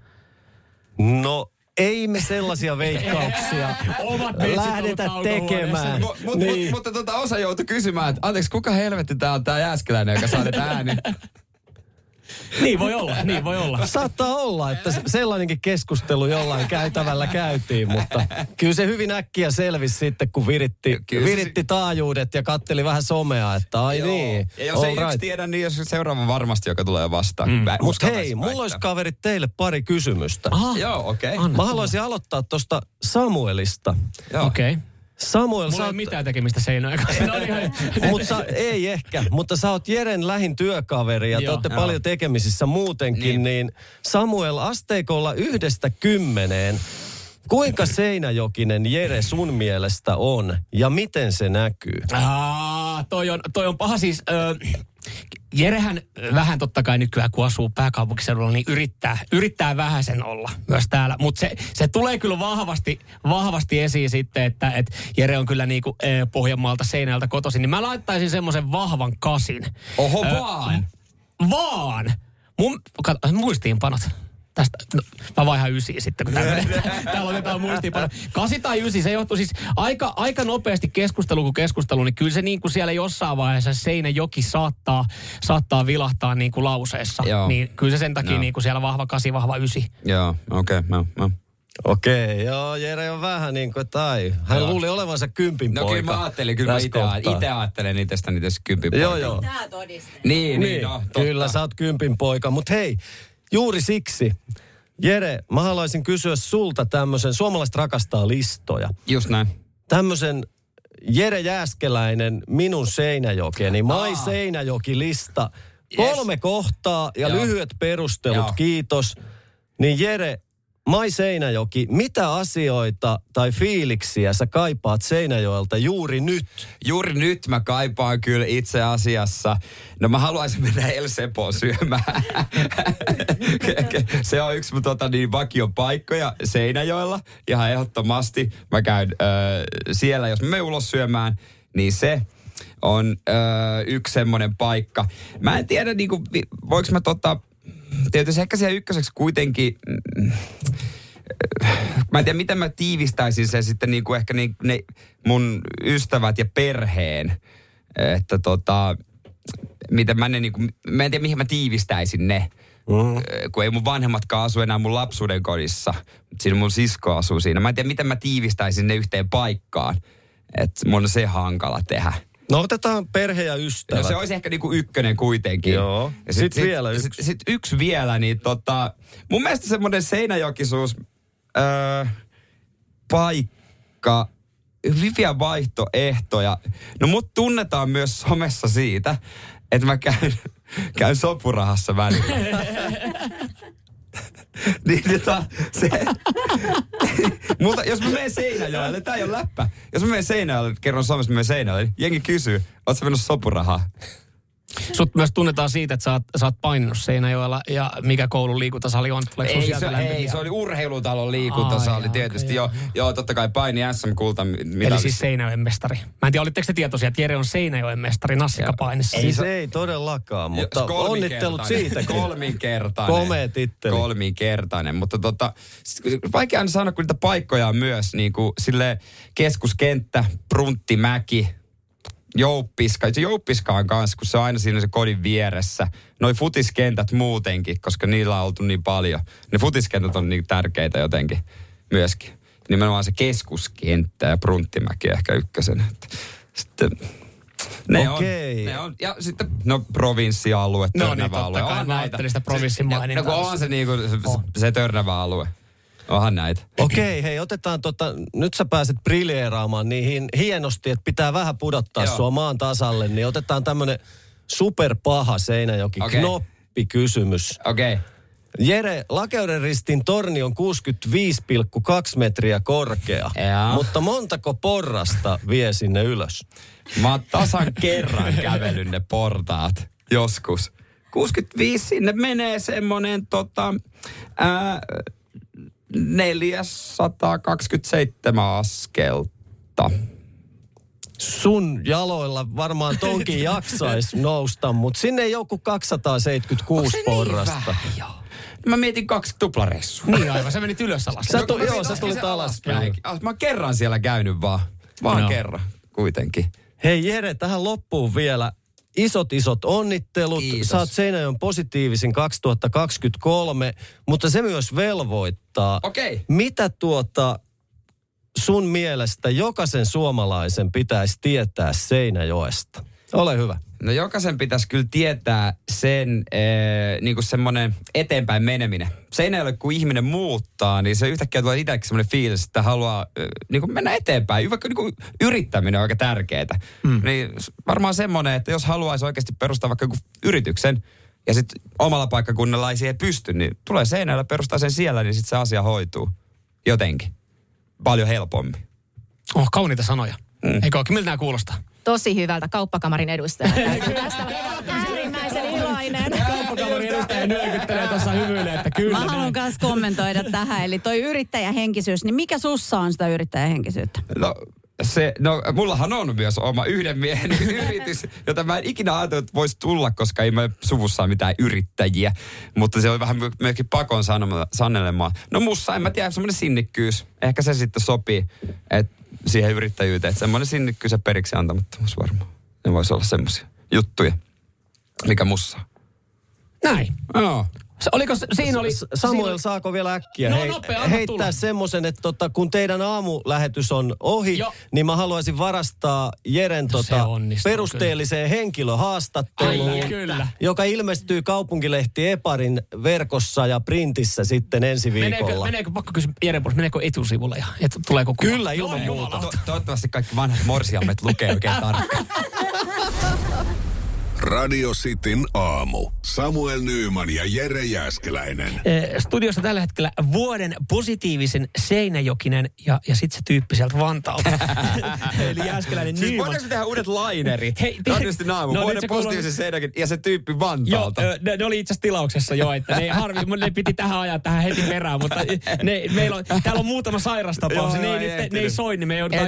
No ei me sellaisia veikkauksia lähdetä tekemään. Mutta osa joutui kysymään, että anteeksi, kuka helvetti tää on tää Jääskeläinen, joka saa tätä ääni? Niin voi olla. Saattaa olla, että sellainenkin keskustelu jollain käytävällä käytiin, mutta kyllä se hyvin äkkiä selvisi sitten, kun viritti taajuudet ja katteli vähän somea, että niin. Ja jos ei yksi tiedä, niin jos seuraava varmasti, joka tulee vastaan. Mutta hei, mulla olisi kaverit teille pari kysymystä. Joo, okei. Mä haluaisin aloittaa tuosta Samuelista. Okei. Samuel, mulla ei ole mitään tekemistä Seinäjoen kanssa. Ei ehkä, mutta sä oot Jeren lähin työkaveri ja te olette paljon tekemisissä muutenkin, niin Samuel, asteikolla 1–10, kuinka seinäjokinen Jere sun mielestä on ja miten se näkyy? Toi on paha siis. Jerehän vähän totta kai nykyään, kun asuu pääkaupunkiseudulla, niin yrittää vähäsen olla myös täällä. Mutta se tulee kyllä vahvasti esiin sitten, että Jere on kyllä niinku Pohjanmaalta Seinäjältä kotoisin. Niin mä laittaisin semmoisen vahvan 8. Oho, vaan? Vaan! Muistiinpanot. Tästä, mä vaihan 9 sitten, kun täällä otetaan muistiinpanot. 8 tai 9, se johtuu siis aika nopeasti keskustelu, niin kyllä se niin kuin siellä jossain vaiheessa Seinäjoki saattaa vilahtaa niin kuin lauseessa. Joo. Niin kyllä se sen takia niin kuin siellä vahva 8, vahva 9. Joo, okei. Okei, joo, Jere on vähän niin kuin, hän luuli olevansa 10 poika. No kyllä mä ajattelin, kyllä mä itse ajattelen itsestäni tässä 10 poika. Joo. Tää todistaa. Niin, no, kyllä sä oot 10 poika, mutta hei, juuri siksi, Jere, mä haluaisin kysyä sulta tämmöisen, suomalaiset rakastaa listoja. Just näin. Tämmöisen Jere Jääskeläinen, minun Seinäjokeni, Mai Seinäjoki-lista. 3 kohtaa ja lyhyet perustelut, kiitos. Niin Jere, Mai Seinäjoki, mitä asioita tai fiiliksiä sä kaipaat Seinäjoelta juuri nyt? Juuri nyt mä kaipaan kyllä itse asiassa. No mä haluaisin mennä El Sepoon syömään. Se on yksi mun vakiopaikkoja Seinäjoella. Ihan ehdottomasti. Mä käyn siellä, jos mä menen ulos syömään, niin se on yksi semmoinen paikka. Mä en tiedä, niinku, voiko mä tietysti ehkä siellä ykköseksi kuitenkin, mä en tiedä miten mä tiivistäisin sen sitten niinku ehkä ne mun ystävät ja perheen, että miten mä ne niinku, mä en tiedä mihin mä tiivistäisin ne, kun ei mun vanhemmatkaan asu enää mun lapsuuden kodissa, mutta siinä mun sisko asuu siinä. Mä en tiedä miten mä tiivistäisin ne yhteen paikkaan, että mun on se hankala tehdä. No otetaan perhe ja ystävät. No se olisi ehkä niinku ykkönen kuitenkin. Joo. Ja sitten vielä yksi. Sitten yksi vielä, niin mun mielestä semmoinen Seinäjokisuus paikka, hyviä vaihtoehtoja. No mut tunnetaan myös somessa siitä, että mä käyn sopurahassa välillä. Mutta jos mä menen Seinäjoelle, tää ei ole läppä. Jos mä menen Seinäjoelle, kerron somessa, mä menen Seinäjoelle, niin jengi kysyy, oot sä mennyt sopurahaa? Sut myös tunnetaan siitä, että sä oot paininut Seinäjoella ja mikä koulun liikuntasali on? Ei, se oli urheilutalon liikuntasali tietysti. Joo, totta kai paini SM-kulta. Eli siis Seinäjoen mestari. Mä en tiedä, olitteko te tietoisia, että Jere on Seinäjoen mestari nassikapainissa? Ei todellakaan, mutta onnittelut siitä. Kolminkertainen. Komea titteli. Kolminkertainen, mutta vaikea aina sanoa, kun niitä paikkoja on myös niin kuin silleen keskuskenttä, Prunttimäki, Jouppiska on kanssa, kun se on aina siinä se kodin vieressä. Noi futiskentät muutenkin, koska niillä on oltu niin paljon. Ne futiskentät on niin tärkeitä jotenkin myöskin. Nimenomaan se keskuskenttä ja Prunttimäki ehkä ykkösen. Sitten ne on. Ja sitten, provinssialue, Törnävä alue. Totta kai, mä ajattelin sitä provinssin mainintaa. No on se niinku se Törnävä alue. Onhan näitä. Okei, hei, otetaan nyt sä pääset briljeeraamaan niihin hienosti, että pitää vähän pudottaa sua maan tasalle, niin otetaan tämmönen superpaha Seinäjoki knoppikysymys. Okei. Jere, Lakeuden ristin torni on 65,2 metriä korkea, mutta montako porrasta vie sinne ylös? Mä oon tasan kerran kävellyt ne portaat joskus. 65 sinne menee semmonen 427 askelta. Sun jaloilla varmaan tonkin jaksaisi nousta, mutta sinne ei joku 276 porrasta. Niin mä mietin 2 tuplareissua. Niin aivan, sä menit ylös alas. Sä tulit alaspäin. Mä oon kerran siellä käynyt vaan kerran kuitenkin. Hei Jere, tähän loppuun vielä isot onnittelut. Kiitos. Saat Seinäjoen positiivisin 2023, mutta se myös velvoittaa. Okei. Mitä sun mielestä jokaisen suomalaisen pitäisi tietää Seinäjoesta? Ole hyvä. No jokaisen pitäisi kyllä tietää sen niin kuin semmoinen eteenpäin meneminen. Seinäjoelle kun ihminen muuttaa, niin se yhtäkkiä tulee itsekin semmoinen fiilis, että haluaa niin kuin mennä eteenpäin. Vaikka niin kuin yrittäminen on aika tärkeää. Niin varmaan semmoinen, että jos haluaisi oikeasti perustaa vaikka yrityksen ja sitten omalla paikkakunnalla ei siihen pysty, niin tulee Seinäjoelle perustaa sen siellä, niin sitten se asia hoituu jotenkin. Paljon helpommin. Kauniita sanoja. Eikö oikein? Miltä nämä kuulostaa? tosi hyvältä kauppakamarin edustajalta. Tästä on äärimmäisen iloinen. Kauppakamarin edustaja nyökyttelee tuossa hymyilee, että kyllä. Mä haluan myös kommentoida tähän. Eli toi yrittäjähenkisyys, niin mikä sussa on sitä yrittäjähenkisyyttä? Mullahan on myös oma yhden miehen yritys, jota mä en ikinä ajatellut, että voisi tulla, koska ei me suvussa ole mitään yrittäjiä. Mutta se on vähän myöskin pakon sanelemaan. No mussa, en mä tiedä, semmoinen sinnikkyys. Ehkä se sitten sopii siihen yrittäjyyteen. Että semmoinen sinnikkyys ja periksi antamattomuus varmaan. Ne voisi olla semmoisia juttuja, mikä mussa. Näin. Joo. Oliko siinä oli... Samuel, saako vielä äkkiä heittää semmoisen, että kun teidän aamulähetys on ohi, niin mä haluaisin varastaa Jeren perusteelliseen henkilöhaastatteluun, joka ilmestyy Kaupunkilehti Eparin verkossa ja printissä sitten ensi viikolla. Meneekö pakko kysyä Jeren puolesta, meneekö etusivulle ja tuleeko kuva? Kyllä, ilman muuta. Toivottavasti kaikki vanhat morsiammet lukee oikein tarkkaan. Radio Cityn aamu. Samuel Nyyman ja Jere Jääskeläinen. Studiossa tällä hetkellä vuoden positiivisen Seinäjokinen ja sitten se tyyppi sieltä Vantaalta. Eli Jääskeläinen Nyyman. Siis voidaanko tehdä uudet lainerit? Hei, tietysti vuoden positiivisen Seinäjokinen ja se tyyppi Vantaalta. Joo, ne oli itse asiassa tilauksessa jo, että ne piti tähän ajaa tähän heti perään, mutta täällä on muutama sairastapaus. Ne ei soi, niin me joudutaan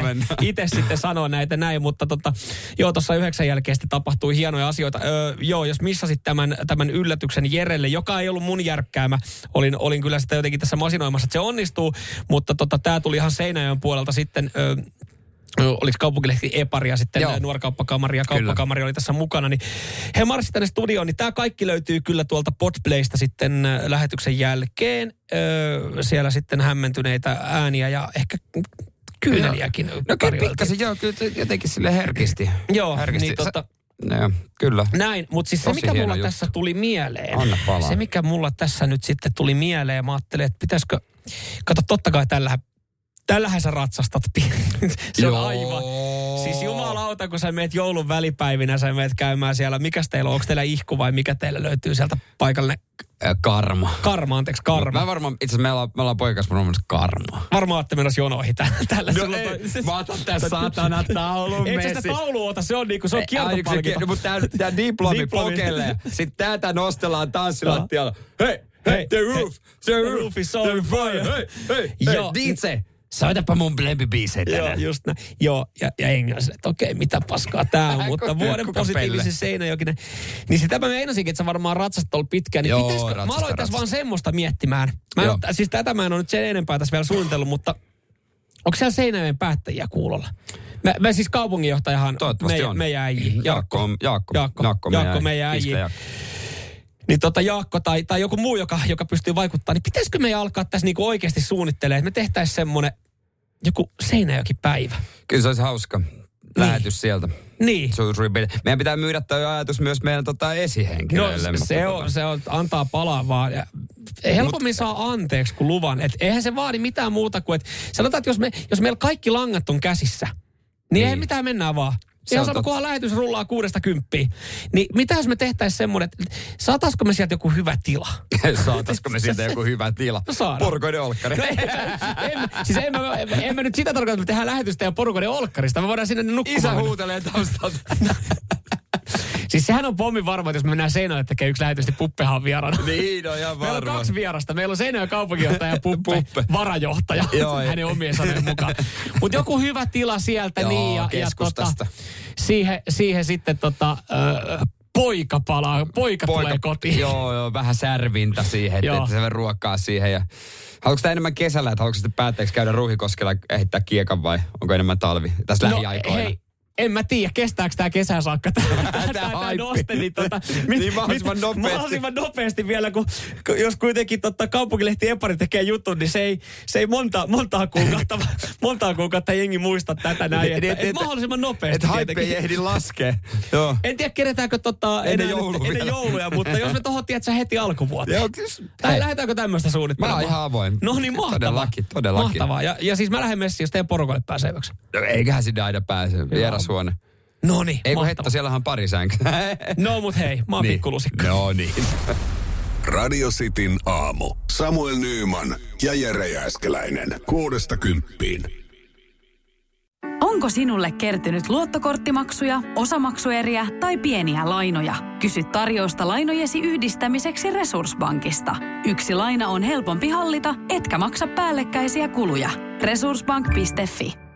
itse sitten sanoa näitä näin, mutta tuossa 9 jälkeen sitten tapahtui hienoja asioita. Jos missasit tämän yllätyksen Jerelle, joka ei ollut mun järkkäämä. Olin kyllä sitä jotenkin tässä masinoimassa, että se onnistuu, mutta tämä tuli ihan Seinäjoen puolelta sitten... oliko Kaupunkilehti Epari ja sitten Nuorkauppakamari ja Kauppakamari oli tässä mukana, niin he marssivat tänne studioon, niin tämä kaikki löytyy kyllä tuolta Podplaysta sitten lähetyksen jälkeen. Siellä sitten hämmentyneitä ääniä ja ehkä kyyneliäkin. No kyllä pikkasen, kyllä jotenkin sille herkisti. Joo, herkisti. Niin kyllä. Näin, mutta siis se mikä mulla juttu tässä tuli mieleen. Anna palaa. Se mikä mulla tässä nyt sitten tuli mieleen, mä ajattelin, että pitäisikö, kato totta kai tällähän sä ratsastat. Se on aivan. Siis jumalauta, kun sä meet joulun välipäivinä, sä meet käymään siellä. Mikäs teillä on? Onko teillä ihku vai mikä teillä löytyy sieltä paikallinen? Karma. Karma. Mä varmaan, itse asiassa me ollaan poikas varmaan karmaa. Varmaan olette menossa jonoihin tällä. Mä otan tää satana taulun messi. Et sä sitä taulua ota, se on kiertopalkinto. No, mutta tää diplomi pokelle. Sitten tätä nostellaan tanssilattialla. Hei, the roof is on fire. Hei, DJ. Soitapa mun lempibiisejä tänään. Joo, just näin. Joo, ja englannin, että okei, mitä paskaa tää on. Mutta vuoden positiivisen Seinäjokinen. Niin sitä mä meinasinkin, että sä varmaan ratsastat ollut pitkään. Niin pitäisikö, mä aloin tässä vaan semmoista miettimään. Siis tätä mä en ole nyt sen enempää tässä vielä suunnitellut, mutta onko siellä Seinäjoen päättäjiä kuulolla? Mä siis kaupunginjohtajahan meidän äijä. Jaakko meidän äijä. Niin Jaakko tai joku muu, joka pystyy vaikuttamaan, niin pitäisikö meidän alkaa tässä niinku oikeasti suunnittelemaan, että me tehtäisiin semmoinen joku Seinäjoki-päivä? Kyllä se olisi hauska. Lähetys sieltä. Niin. Meidän pitää myydä tuo ajatus myös meidän eihän se vaadi mitään muuta kuin, että sanotaan, että jos meillä kaikki langat on käsissä, niin ei mitään mennään vaan. Ihan sama, kunhan lähetys rullaa 6-10. Niin mitä jos me tehtäisiin semmoinen, että saataisiko me sieltä joku hyvä tila? Saataisiko me sieltä joku hyvä tila? No saadaan. Porukoiden olkkari. En mä nyt sitä tarkoita, että me tehdään lähetystä ja porukoiden olkkarista. Me voidaan sinne nukkumaan. Isä huutelee taustalta. Siis sehän on pommin varma, että jos me mennään Seinäjoelle tekee yksi lähetysti Puppehan vierana. Niin, on ihan varma. Meillä on 2 vierasta. Meillä on Seinäjoen kaupunginjohtaja ja Puppe. Varajohtaja. Joo, hänen omien sanojen mukaan. Mutta joku hyvä tila sieltä. Joo, niin, keskustasta. Siihen sitten poika palaa. Poika tulee kotiin. Joo, vähän särvintä siihen, että se ruokkaa siihen. Ja haluatko sitä enemmän kesällä, että haluatko sitten päätteeksi käydä Ruuhikoskella heittää kiekan vai onko enemmän talvi tässä lähiaikoina? Hei. En mä tiedä, kestääkö tää kesän saakka tää noste, niin mahdollisimman nopeasti vielä, kun jos kuitenkin Kaupunkilehti Epari tekee jutun, niin se ei montaa kuukautta jengi muista tätä näin, että mahdollisimman nopeasti. Että hype ei ehdi laskea. En tiedä, keredäänkö ennen jouluja, mutta jos me tohon tiedät heti alkuvuotta. Tai lähdetäänkö tämmöistä suunnittelemaan? Mä oon ihan avoin. No niin, mahtavaa. Todellakin. Mahtavaa. Ja siis mä lähden messiin, jos teidän porukoille pääseväksi. No eiköhän sinne aina pääse. Vierashuone. Noniin, ei kun hetto, siellähän on pari sänkyä. No mut hei, mä oon pikkulusikka. No niin. Radio Cityn aamu. Samuel Nyyman ja Jere Jääskeläinen. 6-10. Onko sinulle kertynyt luottokorttimaksuja, osamaksueriä tai pieniä lainoja? Kysy tarjousta lainojesi yhdistämiseksi Resurssbankista. Yksi laina on helpompi hallita, etkä maksa päällekkäisiä kuluja. Resurssbank.fi